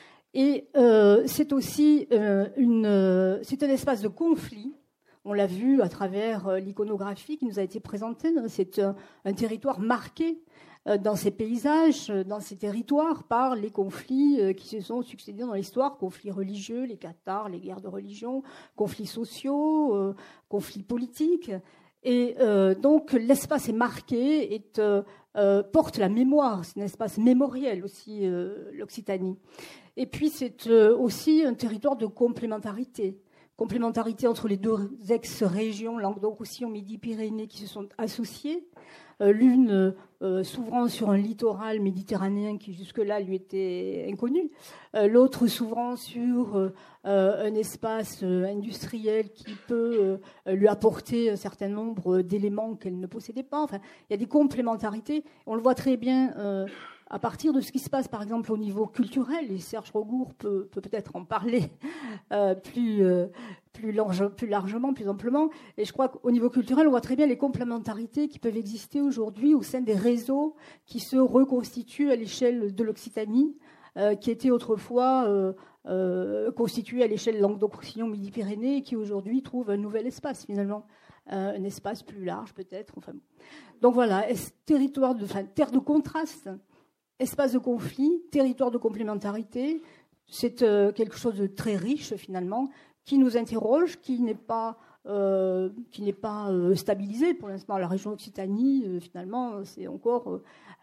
Speaker 6: Et euh, c'est aussi euh, une, euh, c'est un espace de conflit. On l'a vu à travers euh, l'iconographie qui nous a été présentée. C'est un, un territoire marqué dans ces paysages, dans ces territoires, par les conflits qui se sont succédés dans l'histoire, conflits religieux, les cathares, les guerres de religion, conflits sociaux, euh, conflits politiques. Et euh, donc l'espace est marqué, et euh, euh, porte la mémoire, c'est un espace mémoriel aussi, euh, l'Occitanie. Et puis c'est euh, aussi un territoire de complémentarité. Complémentarité entre les deux ex-régions, Languedoc-Roussillon, Midi-Pyrénées, qui se sont associées. Euh, l'une euh, s'ouvrant sur un littoral méditerranéen qui jusque-là lui était inconnu, euh, l'autre s'ouvrant sur euh, un espace euh, industriel qui peut euh, lui apporter un certain nombre d'éléments qu'elle ne possédait pas. Enfin, il y a des complémentarités. On le voit très bien euh, à partir de ce qui se passe, par exemple, au niveau culturel, et Serge Rogour peut, peut peut-être en parler euh, plus, euh, plus, large, plus largement, plus amplement. Et je crois qu'au niveau culturel, on voit très bien les complémentarités qui peuvent exister aujourd'hui au sein des réseaux qui se reconstituent à l'échelle de l'Occitanie, euh, qui étaient autrefois euh, euh, constitués à l'échelle Languedoc-Roussillon, Midi-Pyrénées, et qui aujourd'hui trouvent un nouvel espace, finalement. Euh, un espace plus large, peut-être. Enfin, donc voilà, territoire de, enfin, terre de contraste, espace de conflit, territoire de complémentarité, c'est euh, quelque chose de très riche finalement, qui nous interroge, qui n'est pas, euh, qui n'est pas euh, stabilisé pour l'instant. La région Occitanie, euh, finalement, c'est encore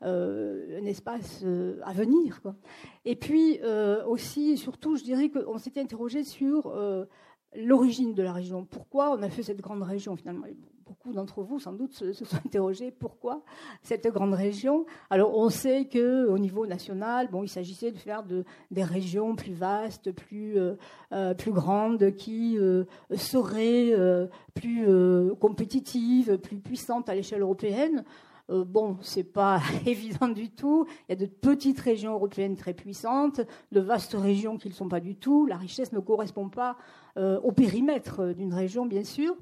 Speaker 6: euh, un espace euh, à venir, quoi. Et puis euh, aussi, surtout, je dirais qu'on s'était interrogé sur euh, l'origine de la région. Pourquoi on a fait cette grande région finalement? Beaucoup d'entre vous, sans doute, se, se sont interrogés pourquoi cette grande région. Alors, on sait qu'au niveau national, bon, il s'agissait de faire de, des régions plus vastes, plus, euh, euh, plus grandes, qui euh, seraient euh, plus euh, compétitives, plus puissantes à l'échelle européenne. Euh, bon, c'est pas évident du tout. Il y a de petites régions européennes très puissantes, de vastes régions qui ne le sont pas du tout. La richesse ne correspond pas euh, au périmètre d'une région, bien sûr.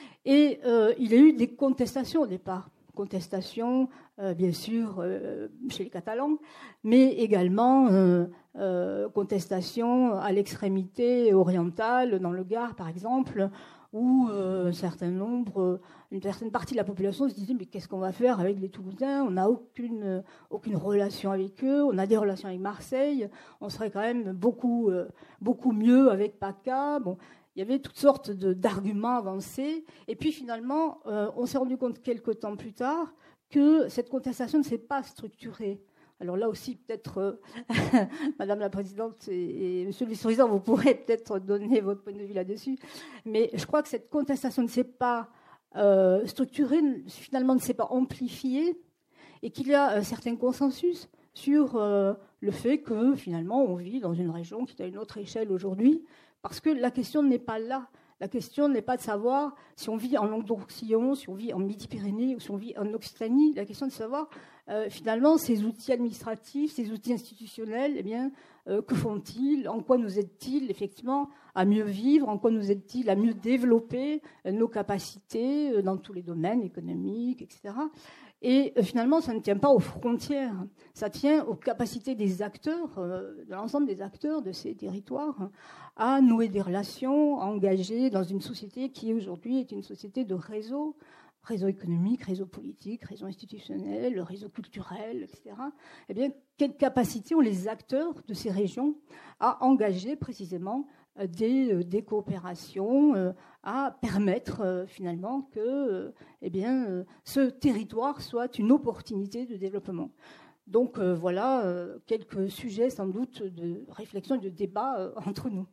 Speaker 6: Et euh, il y a eu des contestations au départ. Contestations, euh, bien sûr, euh, chez les Catalans, mais également euh, euh, contestations à l'extrémité orientale, dans le Gard, par exemple, où euh, un certain nombre, une certaine partie de la population se disait « mais qu'est-ce qu'on va faire avec les Toulousains ? On n'a aucune, aucune relation avec eux, on a des relations avec Marseille, on serait quand même beaucoup, euh, beaucoup mieux avec PACA. » Bon, il y avait toutes sortes de, d'arguments avancés. Et puis finalement, euh, on s'est rendu compte quelques temps plus tard que cette contestation ne s'est pas structurée. Alors là aussi, peut-être, euh, Madame la Présidente et, et Monsieur le Vice-président, vous pourrez peut-être donner votre point de vue là-dessus. Mais je crois que cette contestation ne s'est pas euh, structurée, finalement ne s'est pas amplifiée, et qu'il y a un certain consensus sur euh, le fait que finalement on vit dans une région qui est à une autre échelle aujourd'hui, parce que la question n'est pas là. La question n'est pas de savoir si on vit en Languedoc-Roussillon, si on vit en Midi-Pyrénées ou si on vit en Occitanie. La question est de savoir, euh, finalement, ces outils administratifs, ces outils institutionnels, eh bien, euh, que font-ils? En quoi nous aident-ils, effectivement, à mieux vivre? En quoi nous aident-ils à mieux développer euh, nos capacités euh, dans tous les domaines économiques, et cetera. Et euh, finalement, ça ne tient pas aux frontières. Ça tient aux capacités des acteurs, euh, de l'ensemble des acteurs de ces territoires, à nouer des relations, à engager dans une société qui aujourd'hui est une société de réseau, réseau économique, réseau politique, réseau institutionnel, réseau culturel, et cetera. Eh bien, quelle capacité ont les acteurs de ces régions à engager précisément des, des coopérations, euh, à permettre euh, finalement que euh, eh bien, euh, ce territoire soit une opportunité de développement. Donc euh, voilà euh, quelques sujets sans doute de réflexion et de débat euh, entre nous.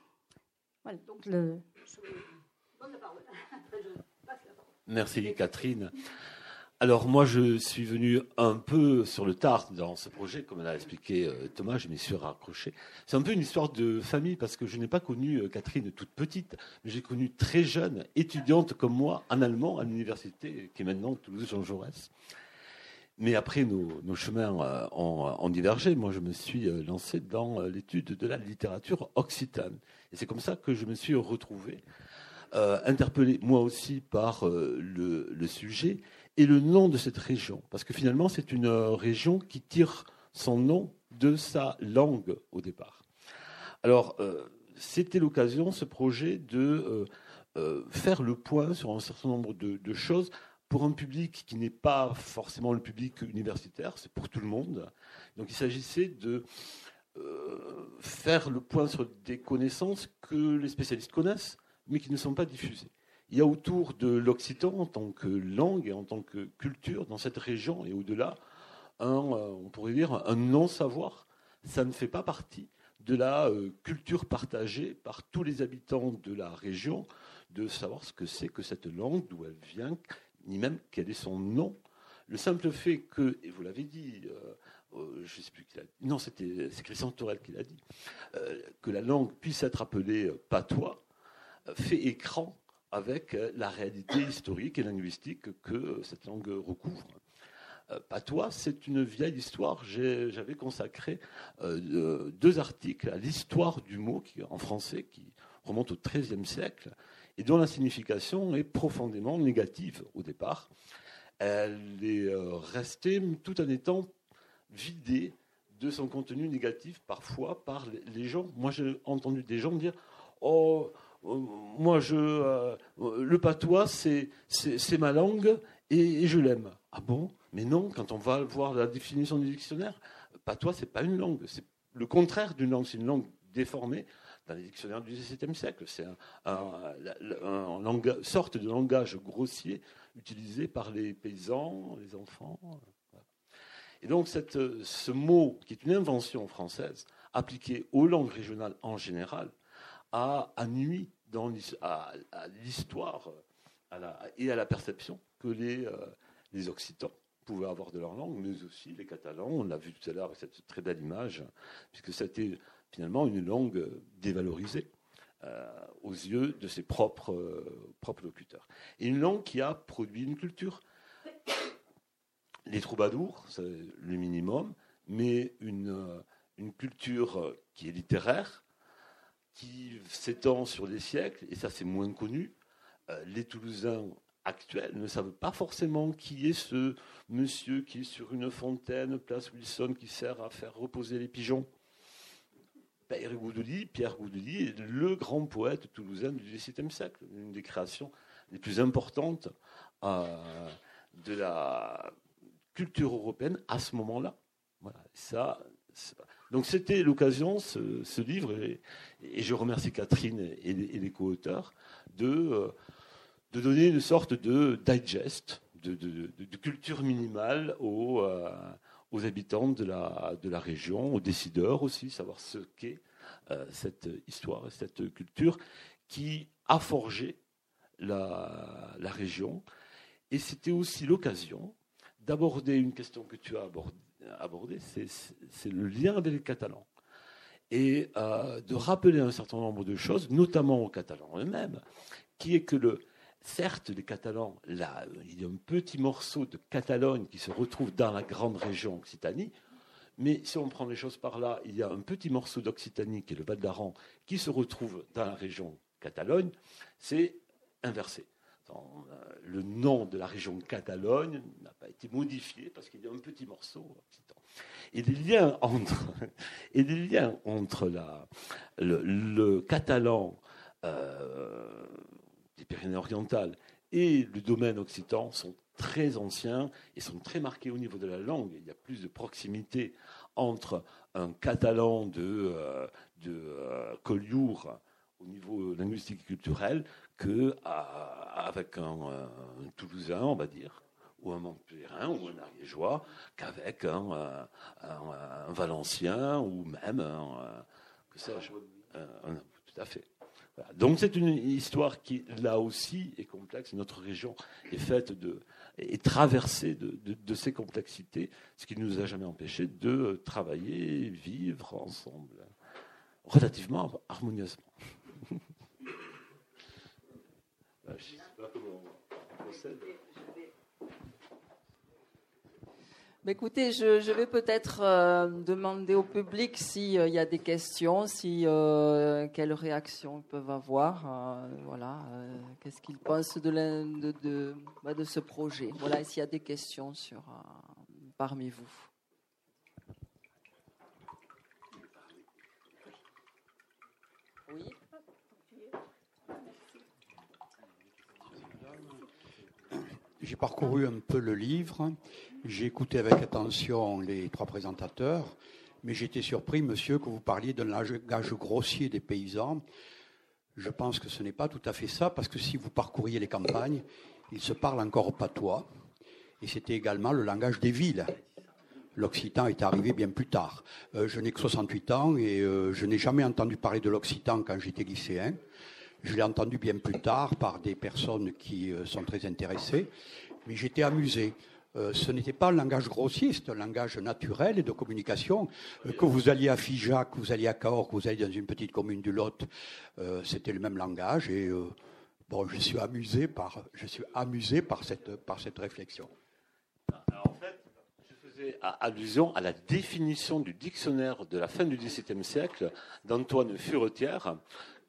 Speaker 6: Voilà, donc le... je donne la parole. Je passe la parole.
Speaker 7: Merci Catherine. Alors moi je suis venu un peu sur le tard dans ce projet, comme l'a expliqué Thomas, je m'y suis raccroché. C'est un peu une histoire de famille parce que je n'ai pas connu Catherine toute petite, mais j'ai connu très jeune, étudiante comme moi, en allemand à l'université qui est maintenant Toulouse-Jean Jaurès. Mais après, nos, nos chemins ont, ont divergé. Moi, je me suis lancé dans l'étude de la littérature occitane. Et c'est comme ça que je me suis retrouvé, euh, interpellé moi aussi par euh, le, le sujet et le nom de cette région. Parce que finalement, c'est une région qui tire son nom de sa langue au départ. Alors, euh, c'était l'occasion, ce projet, de euh, euh, faire le point sur un certain nombre de, de choses pour un public qui n'est pas forcément le public universitaire, c'est pour tout le monde. Donc il s'agissait de euh, faire le point sur des connaissances que les spécialistes connaissent, mais qui ne sont pas diffusées. Il y a autour de l'occitan en tant que langue et en tant que culture dans cette région et au-delà, un, on pourrait dire un non-savoir. Ça ne fait pas partie de la euh, culture partagée par tous les habitants de la région, de savoir ce que c'est que cette langue, d'où elle vient, ni même quel est son nom. Le simple fait que, et vous l'avez dit, euh, euh, je ne sais plus qui l'a dit, non, c'était, c'est Christian Torel qui l'a dit, euh, que la langue puisse être appelée euh, patois, euh, fait écran avec euh, la réalité historique et linguistique que euh, cette langue recouvre. Euh, patois, c'est une vieille histoire. J'ai, j'avais consacré euh, deux articles à l'histoire du mot qui, en français qui remonte au treizième siècle, et dont la signification est profondément négative au départ. Elle est restée tout en étant vidée de son contenu négatif parfois par les gens. Moi, j'ai entendu des gens dire « Oh, moi, je, euh, le patois, c'est, c'est, c'est ma langue et, et je l'aime. » Ah bon? Mais non, quand on va voir la définition du dictionnaire, patois, c'est pas une langue. C'est le contraire d'une langue. C'est une langue déformée. Dans les dictionnaires du dix-septième siècle, c'est un, un, un, un langage, sorte de langage grossier utilisé par les paysans, les enfants. Voilà. Et donc, cette, ce mot, qui est une invention française, appliqué aux langues régionales en général, a, a nuit dans, à, à l'histoire à la, et à la perception que les, euh, les Occitans pouvaient avoir de leur langue, mais aussi les Catalans. On l'a vu tout à l'heure avec cette très belle image, puisque c'était finalement une langue dévalorisée euh, aux yeux de ses propres, euh, propres locuteurs. Et une langue qui a produit une culture. Les troubadours, c'est le minimum, mais une, une culture qui est littéraire, qui s'étend sur des siècles, et ça c'est moins connu. Euh, les Toulousains actuels ne savent pas forcément qui est ce monsieur qui est sur une fontaine, place Wilson, qui sert à faire reposer les pigeons. Pierre Goudelly, Pierre Goudelly est le grand poète toulousain du dix-septième siècle, une des créations les plus importantes euh, de la culture européenne à ce moment-là. Voilà, ça, ça. Donc c'était l'occasion, ce, ce livre, et, et je remercie Catherine et les, et les co-auteurs, de, de donner une sorte de digest de, de, de, de culture minimale aux, euh, aux habitants de la, de la région, aux décideurs aussi, savoir ce qu'est euh, cette histoire et cette culture qui a forgé la, la région. Et c'était aussi l'occasion d'aborder une question que tu as abordée, abordée c'est, c'est le lien avec les Catalans. Et euh, de rappeler un certain nombre de choses, notamment aux Catalans eux-mêmes, qui est que, le, certes, les Catalans, là, il y a un petit morceau de Catalogne qui se retrouve dans la grande région Occitanie, mais si on prend les choses par là, il y a un petit morceau d'Occitanie, qui est le Val d'Aran, qui se retrouve dans la région Catalogne, c'est inversé. Le nom de la région Catalogne n'a pas été modifié parce qu'il y a un petit morceau occitan. Et des liens entre, et des liens entre la, le, le catalan euh, des Pyrénées-Orientales et le domaine occitan sont très anciens et sont très marqués au niveau de la langue. Il y a plus de proximité entre un catalan de, euh, de euh, Collioure au niveau linguistique et culturel qu'avec un, un Toulousain, on va dire, ou un Montpellierin, ou un Ariégeois, qu'avec un, un, un, un Valencien, ou même un... que sais-je, un, un, tout à fait. Voilà. Donc c'est une histoire qui, là aussi, est complexe. Notre région est faite de... est traversée de, de, de ces complexités, ce qui ne nous a jamais empêché de travailler, vivre ensemble, relativement harmonieusement. Je ne sais pas comment on procède.
Speaker 4: Mais écoutez, je, je vais peut-être euh, demander au public s'il euh, y a des questions, si, euh, quelles réactions ils peuvent avoir. Euh, voilà, euh, qu'est-ce qu'ils pensent de, la, de, de, bah, de ce projet. Voilà, s'il y a des questions sur, euh, parmi vous. Oui.
Speaker 8: J'ai parcouru un peu le livre, j'ai écouté avec attention les trois présentateurs, mais j'étais surpris, monsieur, que vous parliez d'un langage grossier des paysans. Je pense que ce n'est pas tout à fait ça, parce que si vous parcouriez les campagnes, ils se parlent encore au patois, et c'était également le langage des villes. L'occitan est arrivé bien plus tard. Euh, je n'ai que soixante-huit ans et euh, je n'ai jamais entendu parler de l'occitan quand j'étais lycéen. Je l'ai entendu bien plus tard par des personnes qui euh, sont très intéressées, mais j'étais amusé. Euh, ce n'était pas un langage grossier, c'est un langage naturel et de communication. Euh, que vous alliez à Figeac, que vous alliez à Cahors, que vous alliez dans une petite commune du Lot, euh, c'était le même langage. Et euh, bon, je suis amusé par, je suis amusé par cette, par cette réflexion.
Speaker 7: Alors, en fait, je faisais allusion à la définition du dictionnaire de la fin du dix-septième siècle d'Antoine Furetière,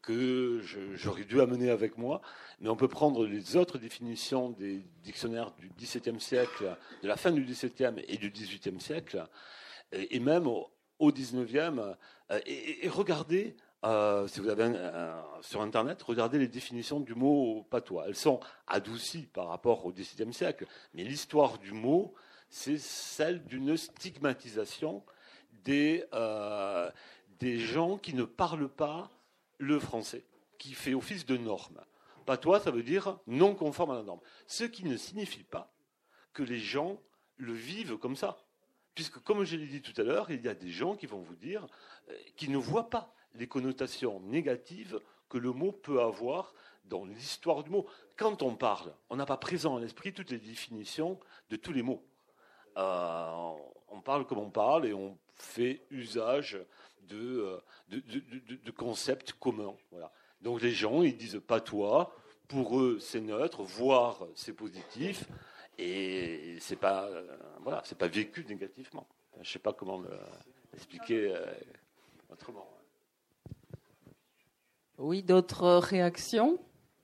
Speaker 7: que je, j'aurais dû amener avec moi, mais on peut prendre les autres définitions des dictionnaires du dix-septième siècle, de la fin du dix-septième et du dix-huitième siècle, et, et même au, au dix-neuvième, et, et regardez, euh, si vous avez un, un, sur Internet, regardez les définitions du mot patois. Elles sont adoucies par rapport au dix-septième siècle, mais l'histoire du mot, c'est celle d'une stigmatisation des, euh, des gens qui ne parlent pas le français, qui fait office de norme. Patois, ça veut dire non conforme à la norme. Ce qui ne signifie pas que les gens le vivent comme ça. Puisque, comme je l'ai dit tout à l'heure, il y a des gens qui vont vous dire, euh, qui ne voient pas les connotations négatives que le mot peut avoir dans l'histoire du mot. Quand on parle, on n'a pas présent à l'esprit toutes les définitions de tous les mots. Euh, on parle comme on parle et on fait usage de, de, de, de, de concepts communs. Voilà. Donc les gens, ils disent patois, pour eux c'est neutre, voire c'est positif, et c'est pas, euh, voilà, c'est pas vécu négativement. Je ne sais pas comment l'expliquer euh, autrement.
Speaker 4: Oui, d'autres réactions ?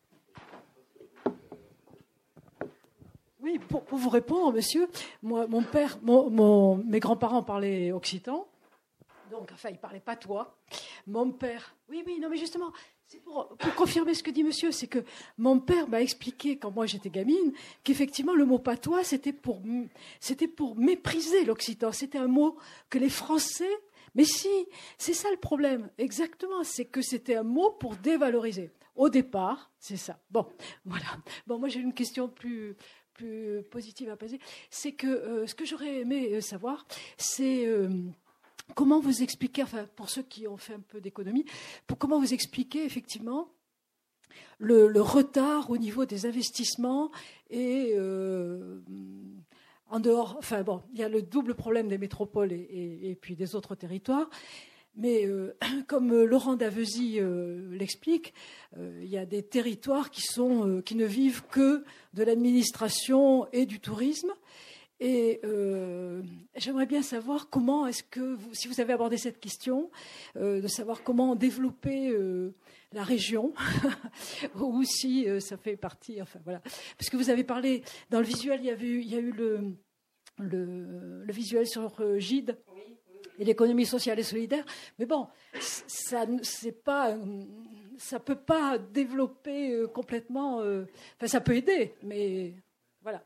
Speaker 9: Oui, pour, pour vous répondre, monsieur, moi, mon père, mon, mon, mes grands-parents parlaient occitan, donc, enfin, ils parlaient patois. Mon père, oui, oui, non, mais justement, c'est pour, pour confirmer ce que dit monsieur, c'est que mon père m'a expliqué, quand moi j'étais gamine, qu'effectivement, le mot patois, c'était pour, c'était pour mépriser l'occitan. C'était un mot que les Français... Mais si, c'est ça le problème, exactement, c'est que c'était un mot pour dévaloriser. Au départ, c'est ça. Bon, voilà. Bon, moi j'ai une question plus, plus positive, apaisée, c'est que euh, ce que j'aurais aimé savoir, c'est euh, comment vous expliquez, enfin pour ceux qui ont fait un peu d'économie, pour comment vous expliquez effectivement le, le retard au niveau des investissements et euh, en dehors, enfin bon, il y a le double problème des métropoles et, et, et puis des autres territoires. Mais euh, comme Laurent Davezy euh, l'explique, euh, il y a des territoires qui, sont, euh, qui ne vivent que de l'administration et du tourisme. Et euh, j'aimerais bien savoir comment est-ce que, vous, si vous avez abordé cette question, euh, de savoir comment développer euh, la région, ou si euh, ça fait partie, enfin voilà. Parce que vous avez parlé, dans le visuel, il y, avait, il y a eu le, le, le visuel sur euh, Gide. Et l'économie sociale et solidaire, mais bon, ça c'est pas, ça peut pas développer complètement. Euh, enfin, ça peut aider, mais voilà.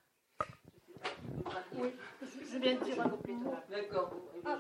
Speaker 6: Oui, je viens de dire un peu plus tôt.
Speaker 4: D'accord.
Speaker 6: Ah,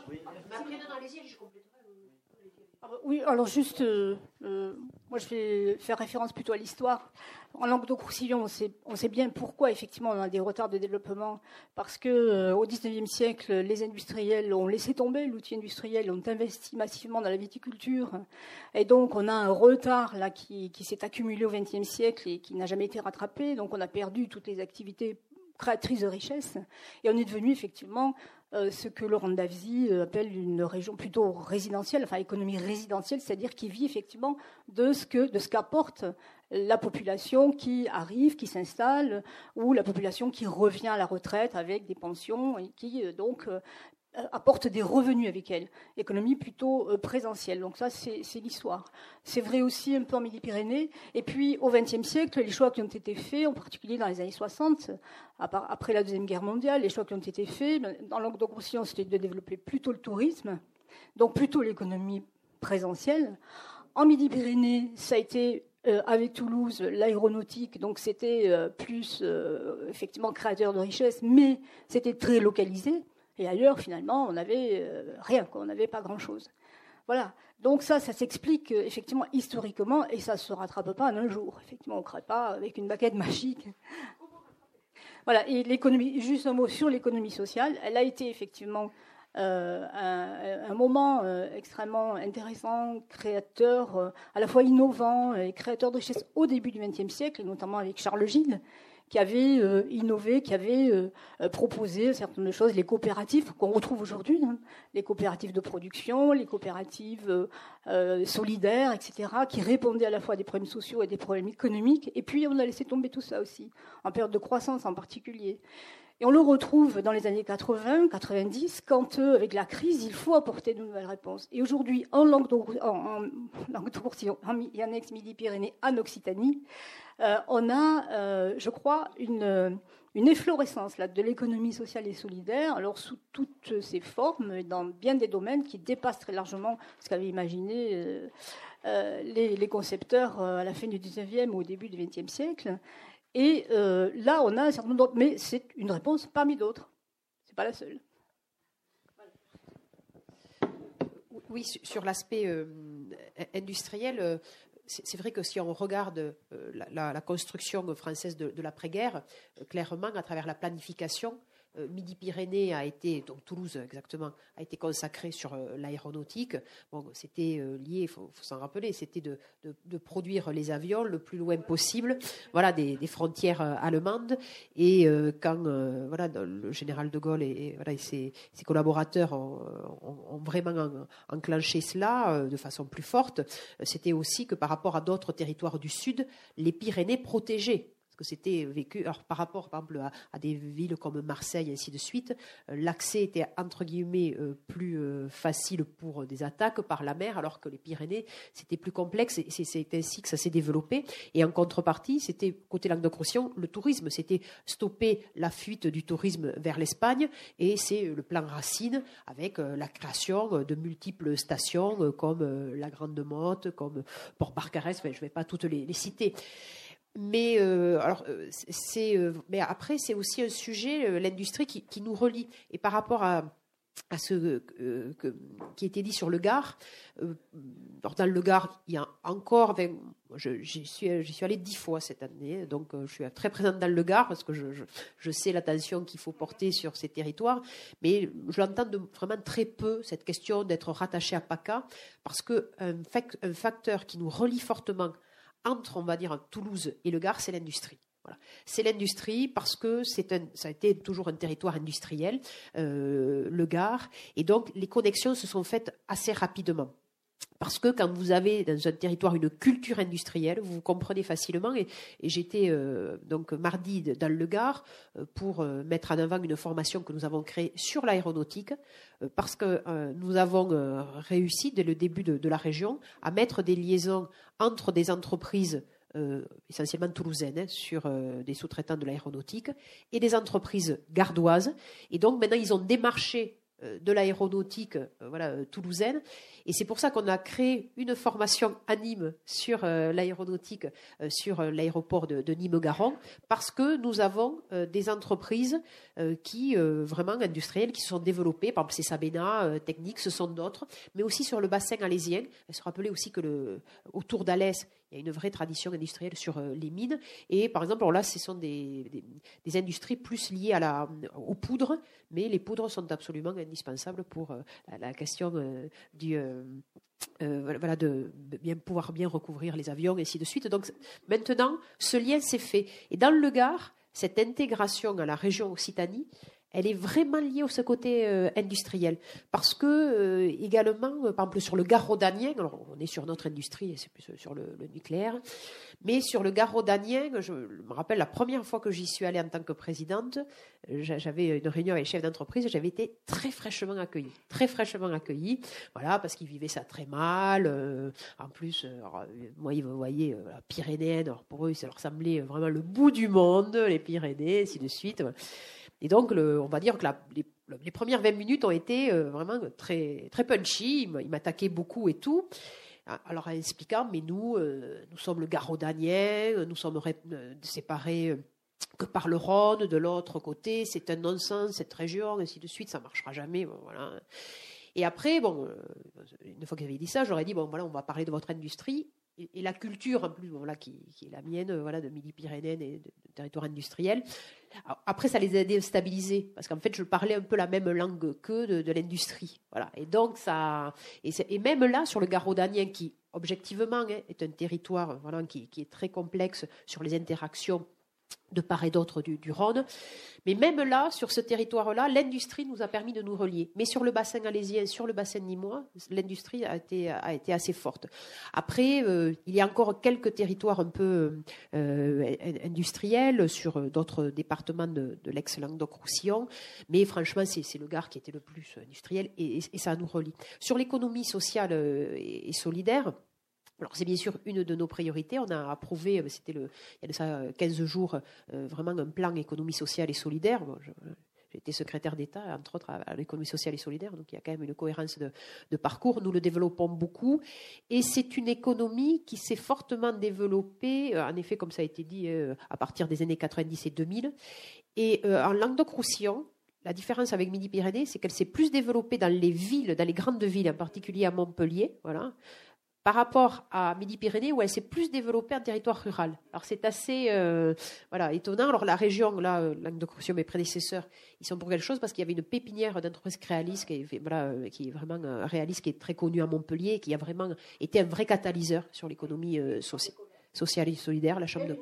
Speaker 6: oui, alors juste, euh, euh, moi je vais faire référence plutôt à l'histoire. En Languedoc-Roussillon, on sait, on sait bien pourquoi effectivement on a des retards de développement, parce que euh, au dix-neuvième siècle, les industriels ont laissé tomber l'outil industriel, ont investi massivement dans la viticulture, et donc on a un retard là qui, qui s'est accumulé au vingtième siècle et qui n'a jamais été rattrapé. Donc on a perdu toutes les activités créatrices de richesse, et on est devenu effectivement euh, ce que Laurent Davezy appelle une région plutôt résidentielle, enfin économie résidentielle, c'est-à-dire qui vit effectivement de ce que de ce qu'apporte la population qui arrive, qui s'installe, ou la population qui revient à la retraite avec des pensions et qui donc euh, apporte des revenus avec elle. Économie plutôt euh, présentielle. Donc ça, c'est, c'est l'histoire. C'est vrai aussi un peu en Midi-Pyrénées. Et puis, au vingtième siècle, les choix qui ont été faits, en particulier dans les années soixante, après la Deuxième Guerre mondiale, les choix qui ont été faits, dans Languedoc-Roussillon, c'était de développer plutôt le tourisme, donc plutôt l'économie présentielle. En Midi-Pyrénées, ça a été... Euh, avec Toulouse, l'aéronautique, donc c'était euh, plus euh, effectivement créateur de richesse, mais c'était très localisé. Et ailleurs, finalement, on n'avait euh, rien, quoi, on n'avait pas grand-chose. Voilà. Donc ça, ça s'explique euh, effectivement historiquement, et ça ne se rattrape pas en un jour. Effectivement, on ne crée pas avec une baguette magique. Voilà. Et l'économie, juste un mot sur l'économie sociale, elle a été effectivement Euh, un, un moment euh, extrêmement intéressant, créateur, euh, à la fois innovant et créateur de richesse au début du vingtième siècle, et notamment avec Charles Gide, qui avait euh, innové, qui avait euh, proposé un certain nombre de choses, les coopératives qu'on retrouve aujourd'hui, hein, les coopératives de production, les coopératives euh, euh, solidaires, et cetera, qui répondaient à la fois à des problèmes sociaux et des problèmes économiques. Et puis on a laissé tomber tout ça aussi, en période de croissance en particulier. Et on le retrouve dans les années quatre-vingts, quatre-vingt-dix, quand, euh, avec la crise, il faut apporter de nouvelles réponses. Et aujourd'hui, en Languedoc-Roussillon, en Yannex Midi-Pyrénées, en Occitanie, euh, on a, euh, je crois, une, une efflorescence là, de l'économie sociale et solidaire, alors sous toutes ses formes, dans bien des domaines qui dépassent très largement ce qu'avaient imaginé euh, euh, les, les concepteurs euh, à la fin du dix-neuvième ou au début du vingtième siècle. Et euh, là, on a un certain nombre d'autres, mais c'est une réponse parmi d'autres. C'est pas la seule.
Speaker 3: Oui, sur l'aspect euh, industriel, euh, c'est, c'est vrai que si on regarde euh, la, la, la construction française de, de l'après-guerre, euh, clairement, à travers la planification, euh, Midi-Pyrénées a été, donc Toulouse exactement, a été consacrée sur euh, l'aéronautique. Bon, c'était euh, lié, il faut, faut s'en rappeler, c'était de, de, de produire les avions le plus loin possible, voilà, des, des frontières euh, allemandes. Et euh, quand euh, voilà, le général de Gaulle et, et, voilà, et ses, ses collaborateurs ont, ont, ont vraiment en, enclenché cela euh, de façon plus forte, c'était aussi que par rapport à d'autres territoires du Sud, les Pyrénées protégeaient. Parce que c'était vécu, alors par rapport par exemple à, à des villes comme Marseille et ainsi de suite, euh, l'accès était entre guillemets euh, plus euh, facile pour des attaques par la mer, alors que les Pyrénées c'était plus complexe, et c'est, c'est ainsi que ça s'est développé. Et en contrepartie, c'était côté Languedoc-Roussillon, le tourisme, c'était stopper la fuite du tourisme vers l'Espagne, et c'est le plan Racine avec euh, la création de multiples stations euh, comme euh, la Grande Motte, comme Port-Barcarès, enfin, je ne vais pas toutes les, les citer. Mais euh, alors c'est euh, mais après c'est aussi un sujet euh, l'industrie qui, qui nous relie, et par rapport à à ce euh, que, qui était dit sur le Gard, euh, dans le Gard il y a encore, enfin, je, j'y suis, j'y suis allée dix fois cette année, donc euh, je suis très présente dans le Gard parce que je, je, je sais l'attention qu'il faut porter sur ces territoires, mais je l'entends de, vraiment très peu, cette question d'être rattaché à PACA, parce qu'un un facteur qui nous relie fortement entre, on va dire, Toulouse et le Gard, c'est l'industrie. Voilà. C'est l'industrie parce que c'est un, ça a été toujours un territoire industriel, euh, le Gard, et donc les connexions se sont faites assez rapidement. Parce que quand vous avez dans un territoire une culture industrielle, vous comprenez facilement. Et, et j'étais euh, donc mardi dans le Gard euh, pour euh, mettre en avant une formation que nous avons créée sur l'aéronautique, euh, parce que euh, nous avons euh, réussi dès le début de, de la région à mettre des liaisons entre des entreprises Euh, essentiellement toulousaines, hein, sur euh, des sous-traitants de l'aéronautique, et des entreprises gardoises. Et donc maintenant, ils ont démarché euh, de l'aéronautique euh, voilà, euh, toulousaine. Et c'est pour ça qu'on a créé une formation à Nîmes sur euh, l'aéronautique, euh, sur euh, l'aéroport de, de Nîmes-Garon, parce que nous avons euh, des entreprises euh, qui, euh, vraiment industrielles, qui se sont développées. Par exemple, c'est Sabena, euh, Technique, ce sont d'autres, mais aussi sur le bassin alésien. Il se rappelait aussi que le, autour d'Alès, il y a une vraie tradition industrielle sur euh, les mines. Et par exemple, alors là, ce sont des, des, des industries plus liées à la, aux poudres, mais les poudres sont absolument indispensables pour euh, la, la question euh, du... Euh, euh, voilà, de bien pouvoir bien recouvrir les avions, et ainsi de suite. Donc maintenant, ce lien s'est fait. Et dans le Gard, cette intégration à la région Occitanie, elle est vraiment liée à ce côté euh, industriel. Parce que, euh, également, euh, par exemple, sur le Gard rhodanien, alors on est sur notre industrie, c'est plus sur le, le nucléaire, mais sur le Gard rhodanien, je me rappelle la première fois que j'y suis allée en tant que présidente, j'avais une réunion avec les chefs d'entreprise, j'avais été très fraîchement accueillie. Très fraîchement accueillie, voilà, parce qu'ils vivaient ça très mal. Euh, en plus, euh, alors, moi, vous voyez, euh, la Pyrénéenne, alors pour eux, ça leur semblait vraiment le bout du monde, les Pyrénées, ainsi de suite. Voilà. Et donc, le, on va dire que la, les, les premières vingt minutes ont été euh, vraiment très, très punchy. Il m'attaquait beaucoup et tout. Alors, en expliquant, mais nous, euh, nous sommes le Gard rhodanien, nous sommes ré, euh, séparés euh, que par le Rhône, de l'autre côté. C'est un non-sens, cette région, ainsi de suite, ça ne marchera jamais. Bon, voilà. Et après, bon, euh, une fois que j'avais dit ça, j'aurais dit, bon, voilà, on va parler de votre industrie. Et, et la culture, en plus, voilà, qui, qui est la mienne, voilà, de Midi-Pyrénées et de, de territoire industriel. Alors, après, ça les a déstabilisés, parce qu'en fait, je parlais un peu la même langue qu'eux de, de l'industrie. Voilà. Et donc, ça. Et, et même là, sur le Gard rhodanien, qui, objectivement, hein, est un territoire voilà, qui, qui est très complexe sur les interactions de part et d'autre du, du Rhône. Mais même là, sur ce territoire-là, l'industrie nous a permis de nous relier. Mais sur le bassin alésien, sur le bassin nîmois, l'industrie a été, a été assez forte. Après, euh, il y a encore quelques territoires un peu euh, industriels sur d'autres départements de, de l'ex-Languedoc-Roussillon. Mais franchement, c'est, c'est le Gard qui était le plus industriel et, et, et ça nous relie. Sur l'économie sociale et, et solidaire, alors c'est bien sûr une de nos priorités. On a approuvé, c'était le, il y a de ça quinze jours, euh, vraiment un plan économie sociale et solidaire. Bon, je, j'ai été secrétaire d'État, entre autres, à l'économie sociale et solidaire, donc il y a quand même une cohérence de, de parcours. Nous le développons beaucoup. Et c'est une économie qui s'est fortement développée, en effet, comme ça a été dit, euh, à partir des années quatre-vingt-dix et deux mille. Et euh, en Languedoc-Roussillon, la différence avec Midi-Pyrénées, c'est qu'elle s'est plus développée dans les villes, dans les grandes villes, en particulier à Montpellier, voilà, par rapport à Midi-Pyrénées, où elle s'est plus développée en territoire rural. Alors c'est assez euh, voilà, étonnant. Alors la région, là, Languedoc-Roussillon, mes prédécesseurs, ils sont pour quelque chose parce qu'il y avait une pépinière d'entreprises Créalis, qui est, voilà, qui est vraiment euh, réaliste, qui est très connue à Montpellier, qui a vraiment été un vrai catalyseur sur l'économie euh, soci- sociale et solidaire, la chambre de...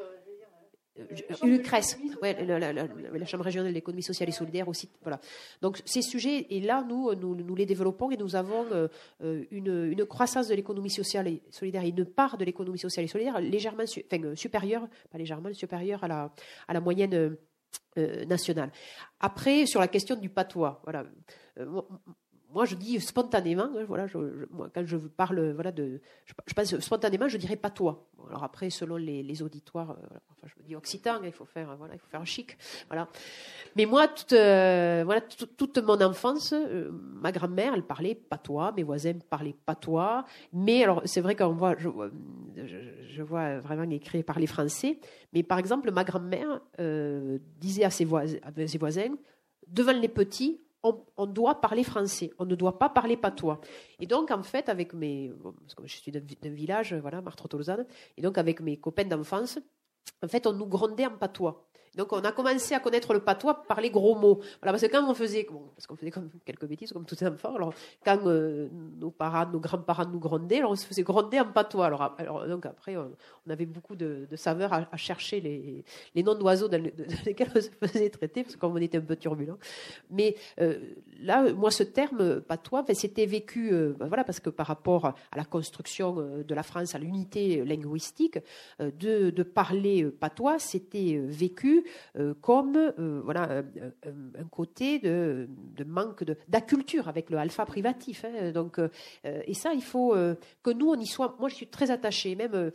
Speaker 3: Une CRES, ouais, la, la, la, la Chambre régionale d'économie sociale et solidaire aussi. Voilà. Donc ces sujets, et là, nous, nous, nous les développons et nous avons euh, une, une croissance de l'économie sociale et solidaire et une part de l'économie sociale et solidaire légèrement su, enfin, supérieure, pas légèrement, supérieure à la, à la moyenne euh, nationale. Après, sur la question du patois, voilà. Euh, Moi, je dis spontanément, hein, voilà, je, je, moi, quand je parle, voilà, de, je, je pense spontanément, je dirais patois. Bon, alors après, selon les, les auditoires, euh, enfin, je me dis occitan, hein, il faut faire, voilà, il faut faire un chic, voilà. Mais moi, toute, euh, voilà, toute, toute mon enfance, euh, ma grand-mère, elle parlait patois, mes voisins parlaient patois. Mais alors, c'est vrai qu'on voit, je, je, je vois vraiment écrit parler français. Mais par exemple, ma grand-mère euh, disait à ses voisins, à ses voisins, devant les petits, on, on doit parler français, on ne doit pas parler patois. Et donc, en fait, avec mes, bon, parce que je suis d'un, d'un village, voilà, Martre-Tolosane, et donc avec mes copains d'enfance, en fait, on nous grondait en patois. Donc, on a commencé à connaître le patois par les gros mots. Voilà, parce que quand on faisait, bon, parce qu'on faisait comme quelques bêtises, comme tout enfant, alors, quand euh, nos parents, nos grands-parents nous grondaient, alors on se faisait gronder en patois. Alors, alors donc après, on, on avait beaucoup de, de saveurs à, à chercher les, les noms d'oiseaux dans, le, dans lesquels on se faisait traiter, parce qu'on était un peu turbulent. Mais euh, là, moi, ce terme patois, ben, c'était vécu, euh, ben, voilà, parce que par rapport à la construction de la France, à l'unité linguistique, euh, de, de parler patois, c'était vécu Euh, comme euh, voilà, un, un, un côté de, de manque de, d'acculture avec le alpha privatif. Hein, donc, euh, et ça, il faut euh, que nous, on y soit. Moi, je suis très attachée, même euh,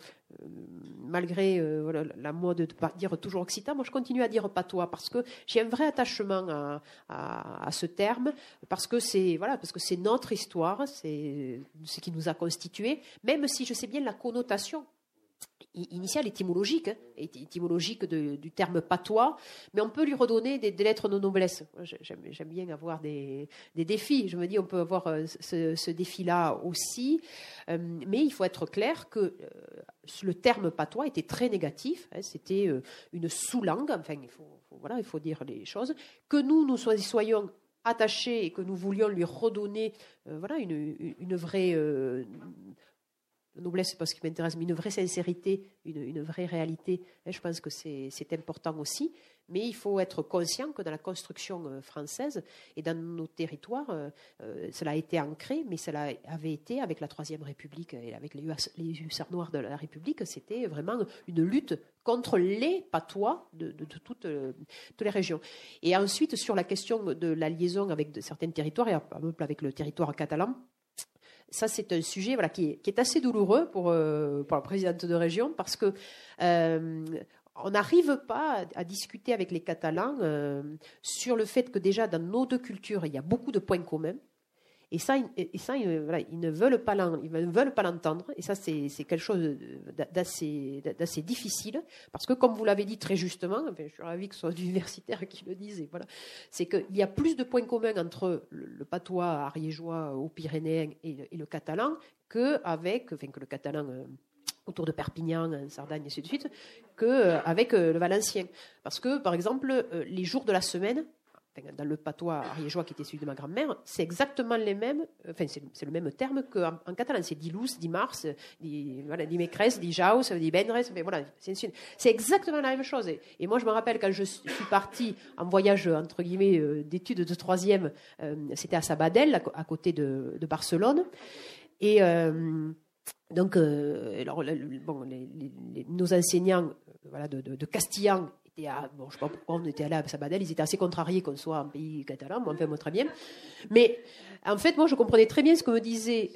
Speaker 3: malgré euh, voilà, la mode de dire toujours occitan, moi, je continue à dire patois parce que j'ai un vrai attachement à, à, à ce terme, parce que c'est voilà, parce que c'est notre histoire, c'est ce qui nous a constitués, même si je sais bien la connotation initiale étymologique, hein, étymologique de, du terme patois, mais on peut lui redonner des, des lettres de noblesse. J'aime, j'aime bien avoir des, des défis. Je me dis, on peut avoir ce, ce défi-là aussi, euh, mais il faut être clair que euh, le terme patois était très négatif. Hein, c'était euh, une sous-langue. Enfin, il faut, faut, voilà, il faut dire les choses. Que nous, nous soyons attachés et que nous voulions lui redonner, euh, voilà, une, une vraie euh, noblesse, c'est pas ce qui m'intéresse, mais une vraie sincérité, une, une vraie réalité. Je pense que c'est, c'est important aussi. Mais il faut être conscient que dans la construction française et dans nos territoires, euh, cela a été ancré, mais cela avait été avec la Troisième République et avec les, les hussards noirs de la République, c'était vraiment une lutte contre les patois de, de, de toutes, euh, toutes les régions. Et ensuite, sur la question de la liaison avec de, certains territoires, et par exemple avec le territoire catalan, ça, c'est un sujet voilà, qui, est, qui est assez douloureux pour, euh, pour la présidente de région parce que euh, on n'arrive pas à, à discuter avec les Catalans euh, sur le fait que déjà dans nos deux cultures, il y a beaucoup de points communs. Et ça, et ça ils, voilà, ils ne veulent pas, ils ne veulent pas l'entendre. Et ça, c'est, c'est quelque chose d'assez, d'assez difficile. Parce que, comme vous l'avez dit très justement, enfin, je suis ravie que ce soit d'universitaires qui le disent, et voilà, c'est qu'il y a plus de points communs entre le, le patois ariégeois aux Pyrénéens et le, et le catalan qu'avec, enfin, que le catalan euh, autour de Perpignan, en Sardaigne, et ainsi de suite, qu'avec euh, le valencien. Parce que, par exemple, euh, les jours de la semaine, dans le patois ariégeois qui était celui de ma grand-mère, c'est exactement les mêmes, enfin c'est, c'est le même terme qu'en en catalan, c'est dilous, dimarts, di, voilà, dimecres, dijaus, divendres, mais voilà, c'est, c'est exactement la même chose. Et, et moi je me rappelle quand je suis partie en voyage entre guillemets euh, d'études de troisième, euh, c'était à Sabadell, à, à côté de, de Barcelone, et euh, donc euh, alors, le, bon, les, les, nos enseignants euh, voilà, de, de, de castillan. À, bon, je ne sais pas pourquoi on était allé à Sabadell, ils étaient assez contrariés qu'on soit en pays catalan, moi, enfin, moi très bien. Mais en fait, moi, je comprenais très bien ce que me disaient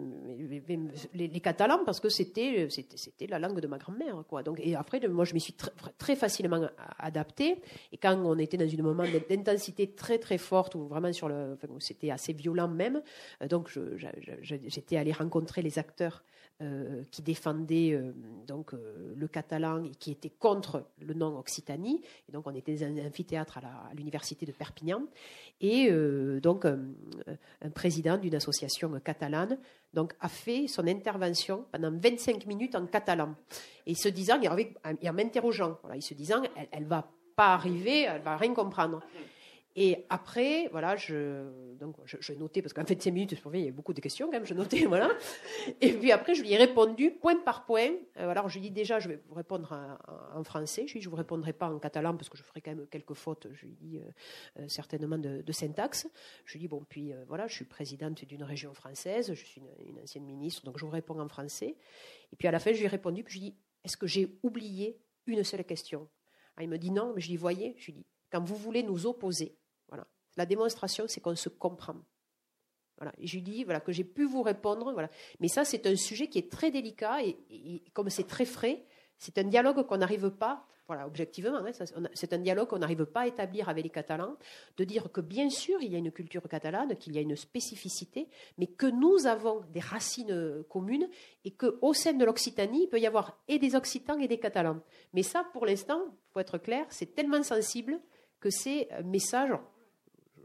Speaker 3: les, les Catalans parce que c'était, c'était, c'était la langue de ma grand-mère, quoi. Donc, et après, moi, je m'y suis très, très facilement adaptée. Et quand on était dans un moment d'intensité très, très forte, où vraiment sur le, enfin, où c'était assez violent même, donc je, je, j'étais allée rencontrer les acteurs euh, qui défendaient euh, donc, euh, le catalan et qui étaient contre le non-occitanie. Et donc, on était dans un amphithéâtre à, la, à l'université de Perpignan. Et euh, donc, un, un président d'une association catalane donc, a fait son intervention pendant vingt-cinq minutes en catalan. Et se disant, et en m'interrogeant, voilà, il se disant, elle ne va pas arriver, elle ne va rien comprendre. Et après, voilà, je, donc, je, je notais, parce qu'en fait, cinq minutes, il y avait beaucoup de questions quand même, je notais, voilà. Et puis après, je lui ai répondu point par point. Alors, je lui ai dit déjà, je vais vous répondre en, en français. Je lui ai dit, je ne vous répondrai pas en catalan, parce que je ferai quand même quelques fautes, je lui ai dit, euh, certainement de, de syntaxe. Je lui ai dit, bon, puis euh, voilà, je suis présidente d'une région française, je suis une, une ancienne ministre, donc je vous réponds en français. Et puis à la fin, je lui ai répondu, puis je lui ai dit, est-ce que j'ai oublié une seule question? Ah, il me dit non, mais je lui ai dit, voyez, je lui ai dit, quand vous voulez nous opposer, voilà. La démonstration, c'est qu'on se comprend. Voilà. Et je lui dis voilà, que j'ai pu vous répondre. Voilà. Mais ça, c'est un sujet qui est très délicat et, et, et comme c'est très frais, c'est un dialogue qu'on n'arrive pas, voilà, objectivement, hein, ça, on a, c'est un dialogue qu'on n'arrive pas à établir avec les Catalans, de dire que bien sûr, il y a une culture catalane, qu'il y a une spécificité, mais que nous avons des racines communes et qu'au sein de l'Occitanie, il peut y avoir et des Occitans et des Catalans. Mais ça, pour l'instant, il faut être clair, c'est tellement sensible que c'est un message...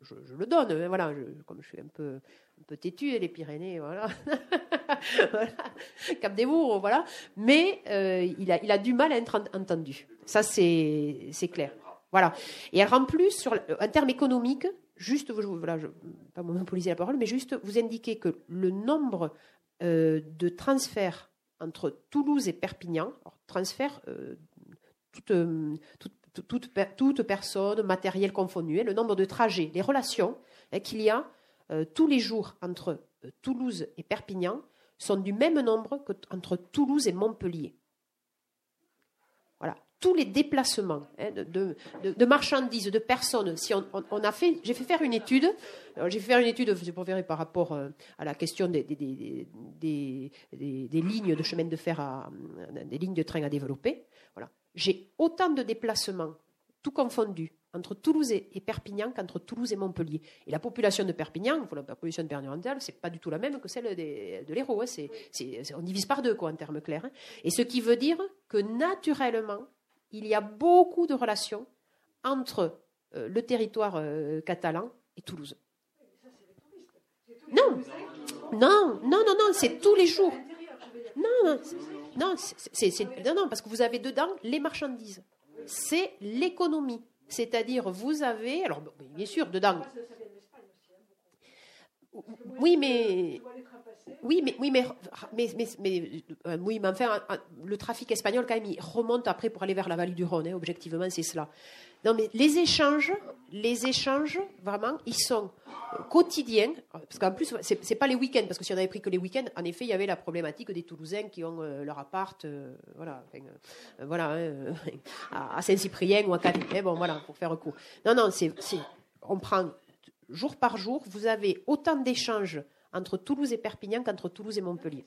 Speaker 3: je, je le donne. Voilà, je, comme je suis un peu, un peu têtu, les Pyrénées, voilà. Voilà. Cap des Bourgs, voilà. Mais euh, il, a, il a du mal à être entendu. Ça, c'est, c'est clair. Voilà. Et alors, en plus, sur un terme économique, juste, je, voilà, je ne vais pas monopoliser la parole, mais juste vous indiquer que le nombre euh, de transferts entre Toulouse et Perpignan, alors, transferts, euh, toute, euh, toute, toute, toute, toute personne, matériel confondu, hein, le nombre de trajets, les relations hein, qu'il y a euh, tous les jours entre euh, Toulouse et Perpignan sont du même nombre qu'entre Toulouse et Montpellier. Voilà. Tous les déplacements hein, de, de, de marchandises, de personnes, si on, on, on a fait, j'ai fait faire une étude, alors j'ai fait faire une étude, vous verrez, par rapport à la question des, des, des, des, des, des lignes de chemin de fer, à, des lignes de train à développer. Voilà. J'ai autant de déplacements, tout confondu, entre Toulouse et Perpignan qu'entre Toulouse et Montpellier. Et la population de Perpignan, la population de Perpignan, c'est pas du tout la même que celle des, de l'Hérault. Hein. C'est, c'est, on divise par deux, quoi, en termes clairs. Hein. Et ce qui veut dire que naturellement, il y a beaucoup de relations entre euh, le territoire euh, catalan et Toulouse. Non, non, non, non, non, c'est tous les jours. Non, non, non, c'est, c'est, non, non, parce que vous avez dedans les marchandises. C'est l'économie. C'est-à-dire, vous avez... Alors, bien sûr, dedans... Oui, mais... Oui, mais, oui, mais, mais, mais, mais, euh, oui, mais enfin, le trafic espagnol, quand même, il remonte après pour aller vers la vallée du Rhône. Hein, objectivement, c'est cela. Non, mais les échanges, les échanges, vraiment, ils sont quotidiens. Parce qu'en plus, c'est, c'est pas les week-ends, parce que si on avait pris que les week-ends, en effet, il y avait la problématique des Toulousains qui ont euh, leur appart, euh, voilà, enfin, euh, voilà, hein, à Saint-Cyprien ou à Canet. Bon, voilà, pour faire court. Non, non, c'est, c'est, on prend jour par jour, vous avez autant d'échanges entre Toulouse et Perpignan qu'entre Toulouse et Montpellier.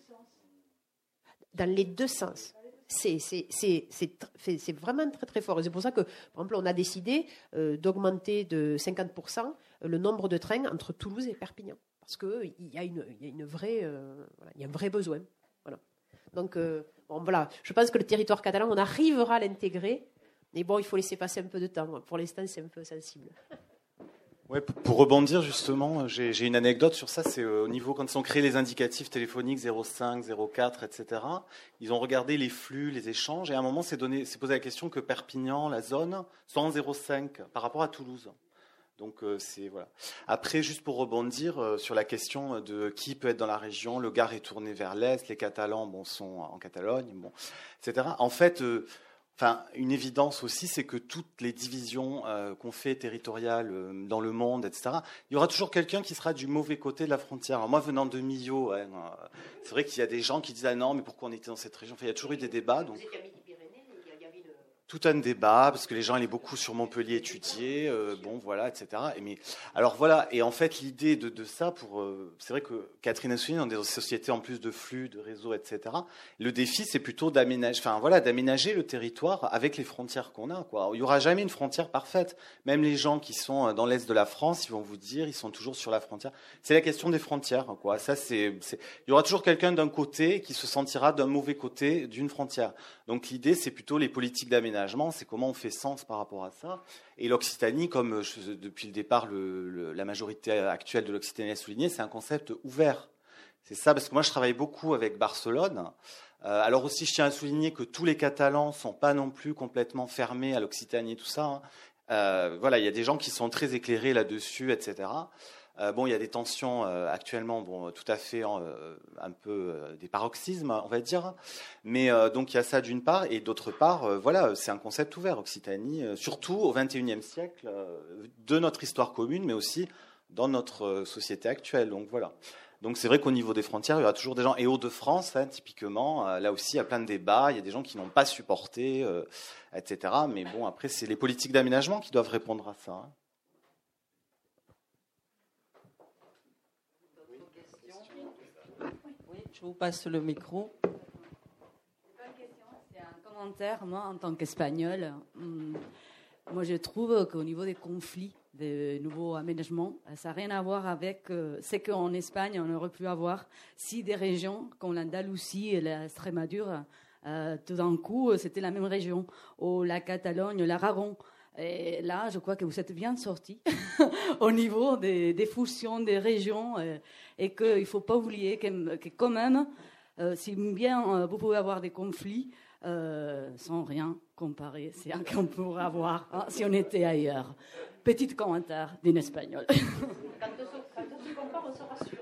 Speaker 3: Dans les deux sens. C'est, c'est, c'est, c'est, c'est vraiment très très fort. Et c'est pour ça que, par exemple, on a décidé euh, d'augmenter de cinquante pour cent le nombre de trains entre Toulouse et Perpignan. Parce qu'il y a une, il y a une vraie, euh, voilà, il y a un vrai besoin. Voilà. Donc, euh, bon, voilà. Je pense que le territoire catalan, on arrivera à l'intégrer. Mais bon, il faut laisser passer un peu de temps. Pour l'instant, c'est un peu sensible.
Speaker 5: Ouais, pour rebondir justement, j'ai, j'ai une anecdote sur ça, c'est au niveau quand ils ont créé les indicatifs téléphoniques zéro cinq, zéro quatre, et cetera. Ils ont regardé les flux, les échanges, et à un moment, c'est, donné, c'est posé la question que Perpignan, la zone, soit en zéro cinq par rapport à Toulouse. Donc euh, c'est voilà. Après, juste pour rebondir euh, sur la question de qui peut être dans la région, le Gard est tourné vers l'est, les Catalans, bon, sont en Catalogne, bon, et cetera. En fait. Euh, Enfin, une évidence aussi, c'est que toutes les divisions euh, qu'on fait territoriales euh, dans le monde, et cetera, il y aura toujours quelqu'un qui sera du mauvais côté de la frontière. Alors moi, venant de Millau, hein, euh, c'est vrai qu'il y a des gens qui disent ah non, mais pourquoi on était dans cette région. Enfin, il y a toujours eu des débats. Donc... Tout un débat, parce que les gens allaient beaucoup sur Montpellier étudier, euh, bon, voilà, et cetera. Et mais, alors voilà, et en fait, l'idée de, de ça, pour, euh, c'est vrai que Catherine a souligné, dans des sociétés en plus de flux, de réseaux, et cetera, le défi, c'est plutôt d'aménager, enfin, voilà, d'aménager le territoire avec les frontières qu'on a, quoi. Il n'y aura jamais une frontière parfaite. Même les gens qui sont dans l'est de la France, ils vont vous dire, ils sont toujours sur la frontière. C'est la question des frontières, quoi. Ça, c'est, c'est... Il y aura toujours quelqu'un d'un côté qui se sentira d'un mauvais côté d'une frontière. Donc l'idée, c'est plutôt les politiques d'aménagement. C'est comment on fait sens par rapport à ça. Et l'Occitanie, comme je, depuis le départ, le, le, la majorité actuelle de l'Occitanie a souligné, c'est un concept ouvert. C'est ça, parce que moi, je travaille beaucoup avec Barcelone. Euh, alors aussi, je tiens à souligner que tous les Catalans ne sont pas non plus complètement fermés à l'Occitanie et tout ça. Hein. Euh, voilà, il y a des gens qui sont très éclairés là-dessus, et cetera. Euh, bon, il y a des tensions euh, actuellement, bon, tout à fait euh, un peu euh, des paroxysmes, on va dire. Mais euh, donc il y a ça d'une part, et d'autre part, euh, voilà, c'est un concept ouvert, Occitanie, euh, surtout au vingt et unième siècle, euh, de notre histoire commune, mais aussi dans notre euh, société actuelle. Donc voilà. Donc c'est vrai qu'au niveau des frontières, il y aura toujours des gens. Et Hauts-de-France, hein, typiquement, euh, là aussi, il y a plein de débats. Il y a des gens qui n'ont pas supporté, euh, et cetera. Mais bon, après, c'est les politiques d'aménagement qui doivent répondre à ça. Hein.
Speaker 4: Je vous passe le micro.
Speaker 10: C'est pas une question, c'est un commentaire. Moi, en tant qu'Espagnole, hum, moi, je trouve qu'au niveau des conflits, des nouveaux aménagements, ça n'a rien à voir avec euh, ce qu'en Espagne, on aurait pu avoir si des régions comme l'Andalousie et l'Extrémadure, euh, tout d'un coup, c'était la même région, ou la Catalogne, l'Aragon. Et là, je crois que vous êtes bien sortis au niveau des, des fusions des régions euh, et qu'il ne faut pas oublier que, que quand même, euh, si bien euh, vous pouvez avoir des conflits, euh, sans rien comparer, c'est un qu'on pourrait avoir hein, si on était ailleurs. Petit commentaire d'une espagnole.
Speaker 3: Quand on se compare, on se rassure.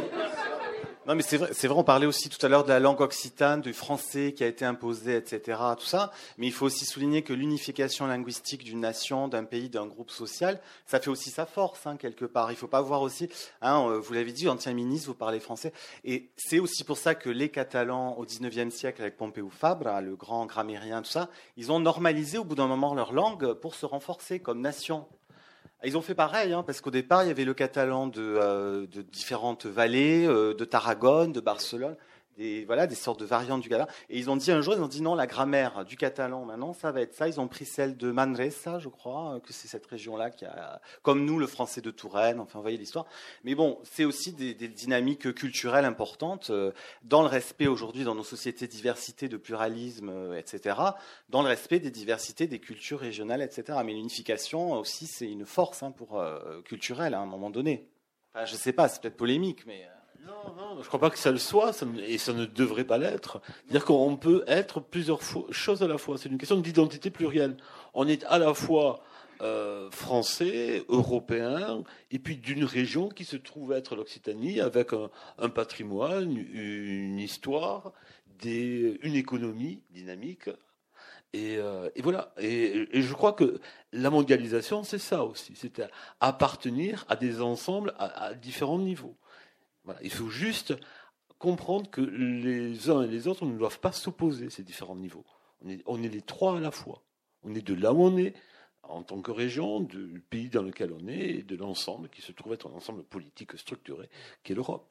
Speaker 5: Non, mais c'est vrai, c'est vrai, on parlait aussi tout à l'heure de la langue occitane, du français qui a été imposé, et cetera, tout ça. Mais il faut aussi souligner que l'unification linguistique d'une nation, d'un pays, d'un groupe social, ça fait aussi sa force, hein, quelque part. Il ne faut pas voir aussi, hein, vous l'avez dit, ancien ministre, vous parlez français. Et c'est aussi pour ça que les Catalans, au dix-neuvième siècle, avec Pompeu Fabra, le grand grammairien, tout ça, ils ont normalisé au bout d'un moment leur langue pour se renforcer comme nation. Ils ont fait pareil, hein, parce qu'au départ, il y avait le catalan de, euh, de différentes vallées, euh, de Tarragone, de Barcelone, des, voilà, des sortes de variantes du catalan. Et ils ont dit un jour, ils ont dit non, la grammaire du catalan, maintenant, ça va être ça. Ils ont pris celle de Manresa, je crois, que c'est cette région-là qui a, comme nous, le français de Touraine, enfin, vous voyez l'histoire. Mais bon, c'est aussi des, des dynamiques culturelles importantes, euh, dans le respect aujourd'hui, dans nos sociétés de diversité, de pluralisme, euh, et cetera, dans le respect des diversités, des cultures régionales, et cetera. Mais l'unification aussi, c'est une force hein, pour, euh, culturelle, à un moment donné. Enfin, je ne sais pas, c'est peut-être polémique, mais...
Speaker 7: Non, non, je ne crois pas que ça le soit, ça ne, et ça ne devrait pas l'être. C'est-à-dire qu'on peut être plusieurs fois, choses à la fois. C'est une question d'identité plurielle. On est à la fois euh, français, européen, et puis d'une région qui se trouve être l'Occitanie, avec un, un patrimoine, une histoire, des, une économie dynamique. Et, euh, et voilà. Et, et je crois que la mondialisation, c'est ça aussi. C'est appartenir à des ensembles à, à différents niveaux. Voilà. Il faut juste comprendre que les uns et les autres ne doivent pas s'opposer, ces différents niveaux. On est, on est les trois à la fois. On est de là où on est, en tant que région, du pays dans lequel on est, et de l'ensemble qui se trouve être un ensemble politique structuré, qui est l'Europe.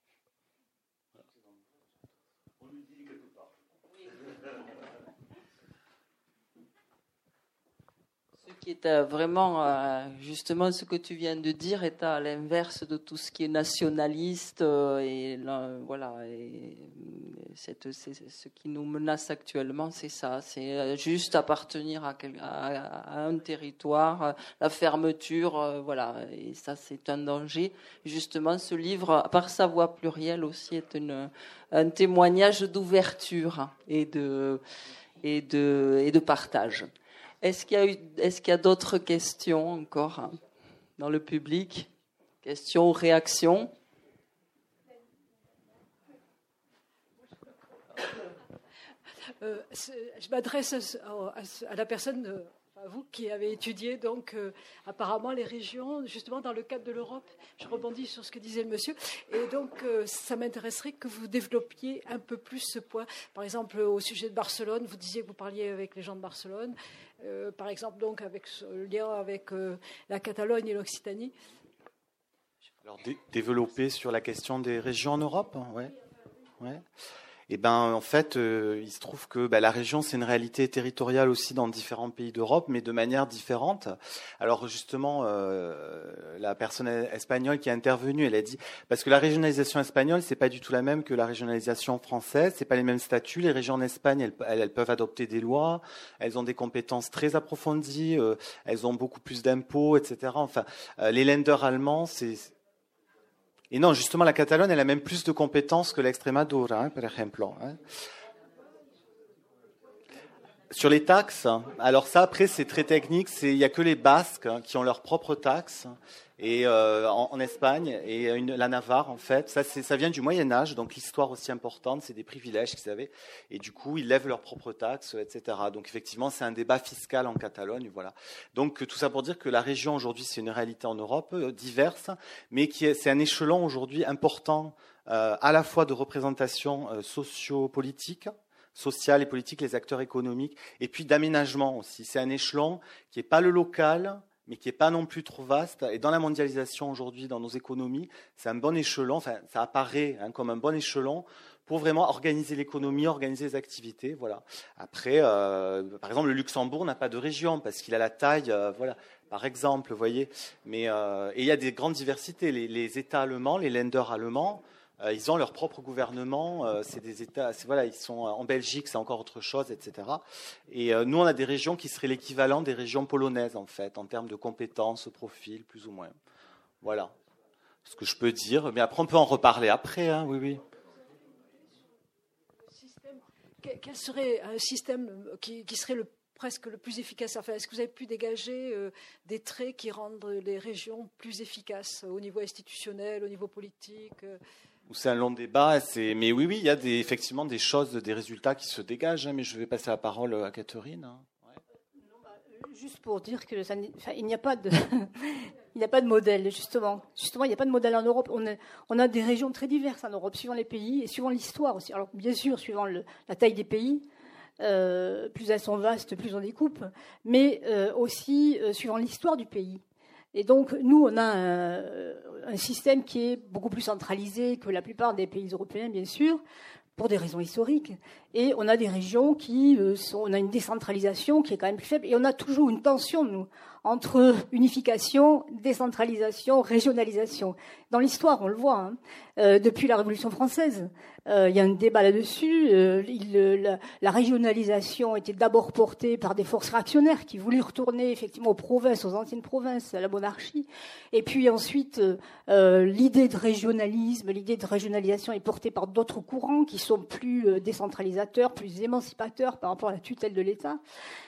Speaker 4: Qui est euh, vraiment, euh, justement, ce que tu viens de dire est à l'inverse de tout ce qui est nationaliste euh, et là, voilà, et cette, c'est, ce qui nous menace actuellement, c'est ça, c'est juste appartenir à, quel, à, à un territoire, euh, la fermeture, euh, voilà, et ça c'est un danger. Justement, ce livre, par sa voix plurielle aussi, est une, un témoignage d'ouverture et de, et de, et de partage. Est-ce qu'il y a eu, est-ce qu'il y a d'autres questions encore hein, dans le public? Questions ou réactions?
Speaker 9: euh, Je m'adresse à, à la personne, euh, à vous qui avez étudié donc euh, apparemment les régions, justement dans le cadre de l'Europe. Je rebondis sur ce que disait le monsieur. Et donc, euh, ça m'intéresserait que vous développiez un peu plus ce point. Par exemple, au sujet de Barcelone, vous disiez que vous parliez avec les gens de Barcelone. Euh, par exemple, donc, avec ce lien avec euh, la Catalogne et l'Occitanie.
Speaker 5: Alors, dé- développer sur la question des régions en Europe, ouais, ouais. Et ben, en fait, euh, il se trouve que ben, la région, c'est une réalité territoriale aussi dans différents pays d'Europe, mais de manière différente. Alors justement, euh, la personne espagnole qui est intervenue, elle a dit parce que la régionalisation espagnole, c'est pas du tout la même que la régionalisation française. C'est pas les mêmes statuts. Les régions en Espagne, elles, elles, elles peuvent adopter des lois. Elles ont des compétences très approfondies. Euh, elles ont beaucoup plus d'impôts, et cetera. Enfin, euh, les Länder allemands, c'est Et non, justement, la Catalogne, elle a même plus de compétences que l'Extremadura, hein, par exemple. Hein. Sur les taxes, alors ça, après, c'est très technique. Il n'y a que les Basques hein, qui ont leurs propres taxes. Et euh, en, en Espagne, et une, la Navarre, en fait, ça, c'est, ça vient du Moyen-Âge, donc l'histoire aussi importante, c'est des privilèges qu'ils avaient. Et du coup, ils lèvent leurs propres taxes, et cetera. Donc, effectivement, c'est un débat fiscal en Catalogne, voilà. Donc, tout ça pour dire que la région, aujourd'hui, c'est une réalité en Europe, euh, diverse, mais qui est, c'est un échelon, aujourd'hui, important, euh, à la fois de représentation euh, socio-politique, sociale et politique, les acteurs économiques, et puis d'aménagement aussi. C'est un échelon qui n'est pas le local, mais qui n'est pas non plus trop vaste. Et dans la mondialisation aujourd'hui, dans nos économies, c'est un bon échelon, enfin, ça apparaît hein, comme un bon échelon pour vraiment organiser l'économie, organiser les activités. Voilà. Après, euh, par exemple, le Luxembourg n'a pas de région parce qu'il a la taille, euh, voilà, par exemple, vous voyez. Mais, euh, et il y a des grandes diversités. Les, les États allemands, les Länder allemands, Euh, ils ont leur propre gouvernement. Euh, c'est des États. C'est, voilà, ils sont en Belgique, c'est encore autre chose, et cetera. Et euh, nous, on a des régions qui seraient l'équivalent des régions polonaises, en fait, en termes de compétences, profil, plus ou moins. Voilà ce que je peux dire. Mais après, on peut en reparler après. Hein, oui, oui.
Speaker 9: Quel serait un système qui, qui serait le, presque le plus efficace? Enfin, est-ce que vous avez pu dégager euh, des traits qui rendent les régions plus efficaces au niveau institutionnel, au niveau politique euh...
Speaker 5: C'est un long débat, c'est... mais oui, oui, il y a des, effectivement des choses, des résultats qui se dégagent. Hein, mais je vais passer la parole à Catherine. Hein. Ouais.
Speaker 6: Non, bah, juste pour dire que ça, enfin, il n'y a pas de... Il n'y a pas de modèle, justement. Justement, il n'y a pas de modèle en Europe. On a, on a des régions très diverses en Europe, suivant les pays et suivant l'histoire aussi. Alors, bien sûr, suivant le, la taille des pays, euh, plus elles sont vastes, plus on découpe, mais euh, aussi euh, suivant l'histoire du pays. Et donc, nous, on a un, un système qui est beaucoup plus centralisé que la plupart des pays européens, bien sûr, pour des raisons historiques. Et on a des régions qui euh, sont... On a une décentralisation qui est quand même plus faible. Et on a toujours une tension, nous, entre unification, décentralisation, régionalisation. Dans l'histoire, on le voit, hein, euh, depuis la Révolution française, euh, il y a un débat là-dessus. Euh, il, la, la régionalisation était d'abord portée par des forces réactionnaires qui voulaient retourner effectivement aux provinces, aux anciennes provinces, à la monarchie. Et puis ensuite, euh, l'idée de régionalisme, l'idée de régionalisation est portée par d'autres courants qui sont plus euh, décentralisateurs, plus émancipateurs par rapport à la tutelle de l'État.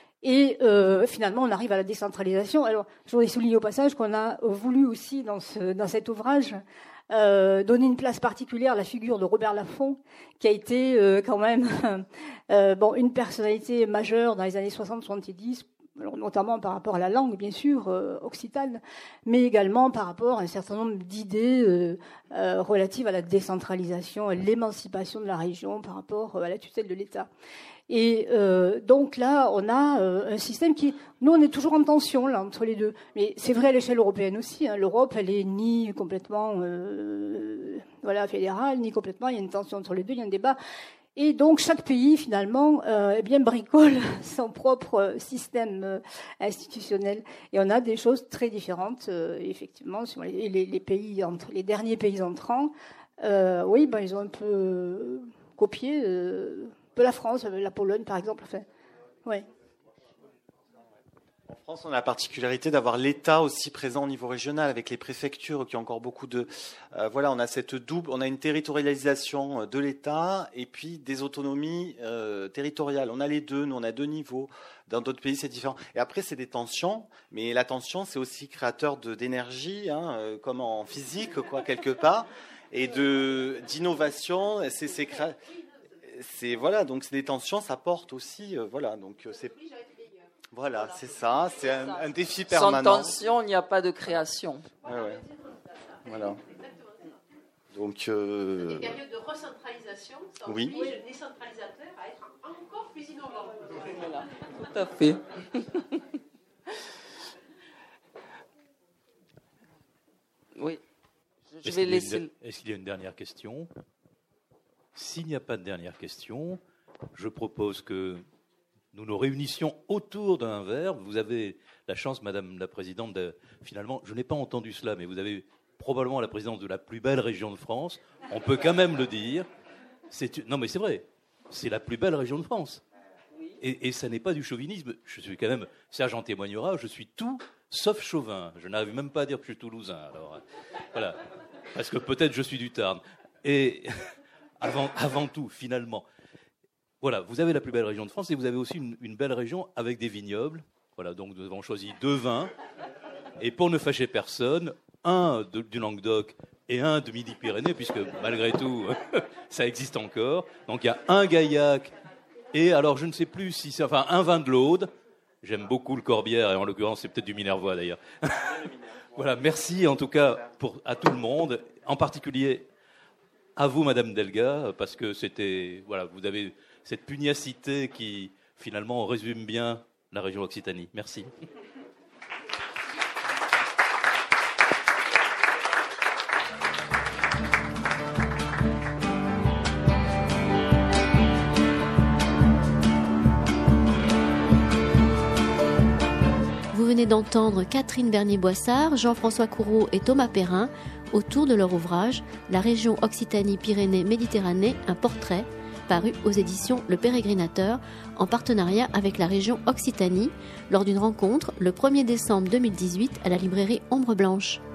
Speaker 6: Et euh, finalement, on arrive à la décentralisation. Alors, je voudrais souligner au passage qu'on a voulu aussi, dans, ce, dans cet ouvrage, euh, donner une place particulière à la figure de Robert Laffont, qui a été euh, quand même euh, bon, une personnalité majeure dans les années soixante soixante-dix, alors, notamment par rapport à la langue, bien sûr, euh, occitane, mais également par rapport à un certain nombre d'idées euh, euh, relatives à la décentralisation, à l'émancipation de la région par rapport à la tutelle de l'État. Et euh, donc là, on a euh, un système qui... Nous, on est toujours en tension là, entre les deux. Mais c'est vrai à l'échelle européenne aussi. Hein. L'Europe, elle est ni complètement euh, voilà, fédérale, ni complètement... Il y a une tension entre les deux, il y a un débat. Et donc, chaque pays, finalement, euh, eh bien, bricole son propre système euh, institutionnel. Et on a des choses très différentes, euh, effectivement, sur les, les, les pays, entre, les derniers pays entrants. Euh, oui, ben, ils ont un peu copié... Euh, peu la France, la Pologne par exemple. Enfin, ouais.
Speaker 5: En France, on a la particularité d'avoir l'État aussi présent au niveau régional, avec les préfectures qui ont encore beaucoup de... Euh, voilà, on a cette double... On a une territorialisation de l'État et puis des autonomies euh, territoriales. On a les deux, nous on a deux niveaux. Dans d'autres pays, c'est différent. Et après, c'est des tensions, mais la tension, c'est aussi créateur de, d'énergie, hein, euh, comme en physique, quoi, quelque part, et de, d'innovation. C'est... c'est cré... C'est voilà, donc c'est des tensions, ça porte aussi, euh, voilà, donc c'est voilà, c'est ça, c'est un, un défi permanent.
Speaker 4: Sans tension, il n'y a pas de création.
Speaker 5: Ouais, ouais. Voilà. Donc euh...
Speaker 3: des périodes de recentralisation, ça
Speaker 5: oui.
Speaker 3: oblige le décentralisateur à être encore plus innovant.
Speaker 4: Voilà, tout à fait. Oui, je
Speaker 2: est-ce
Speaker 4: vais
Speaker 2: qu'il
Speaker 4: laisser.
Speaker 2: Une, est-ce qu'il y a une dernière question? S'il n'y a pas de dernière question, je propose que nous nous réunissions autour d'un verre. Vous avez la chance, Madame la Présidente, de, finalement, je n'ai pas entendu cela, mais vous avez probablement la présidence de la plus belle région de France. On peut quand même le dire. C'est, non, mais c'est vrai, c'est la plus belle région de France. Et, et ça n'est pas du chauvinisme. Je suis quand même, Serge en témoignera, je suis tout sauf chauvin. Je n'arrive même pas à dire que je suis toulousain. Alors, voilà, parce que peut-être je suis du Tarn. Et... Avant, avant tout, finalement. Voilà, vous avez la plus belle région de France et vous avez aussi une, une belle région avec des vignobles. Voilà, donc nous avons choisi deux vins. Et pour ne fâcher personne, un de, du Languedoc et un de Midi-Pyrénées, puisque malgré tout, ça existe encore. Donc il y a un Gaillac et alors je ne sais plus si c'est... Enfin, un vin de l'Aude. J'aime beaucoup le Corbière et en l'occurrence, c'est peut-être du Minervois d'ailleurs. Voilà, merci en tout cas pour, à tout le monde, en particulier... À vous, Madame Delga, parce que c'était, voilà, vous avez cette pugnacité qui, finalement, résume bien la région Occitanie. Merci.
Speaker 1: Vous venez venez d'entendre Catherine Bernier-Boissard, Jean-François Courreau et Thomas Perrin autour de leur ouvrage « La région Occitanie-Pyrénées-Méditerranée, un portrait » paru aux éditions Le Pérégrinateur en partenariat avec la région Occitanie lors d'une rencontre le premier décembre deux mille dix-huit à la librairie Ombre Blanche.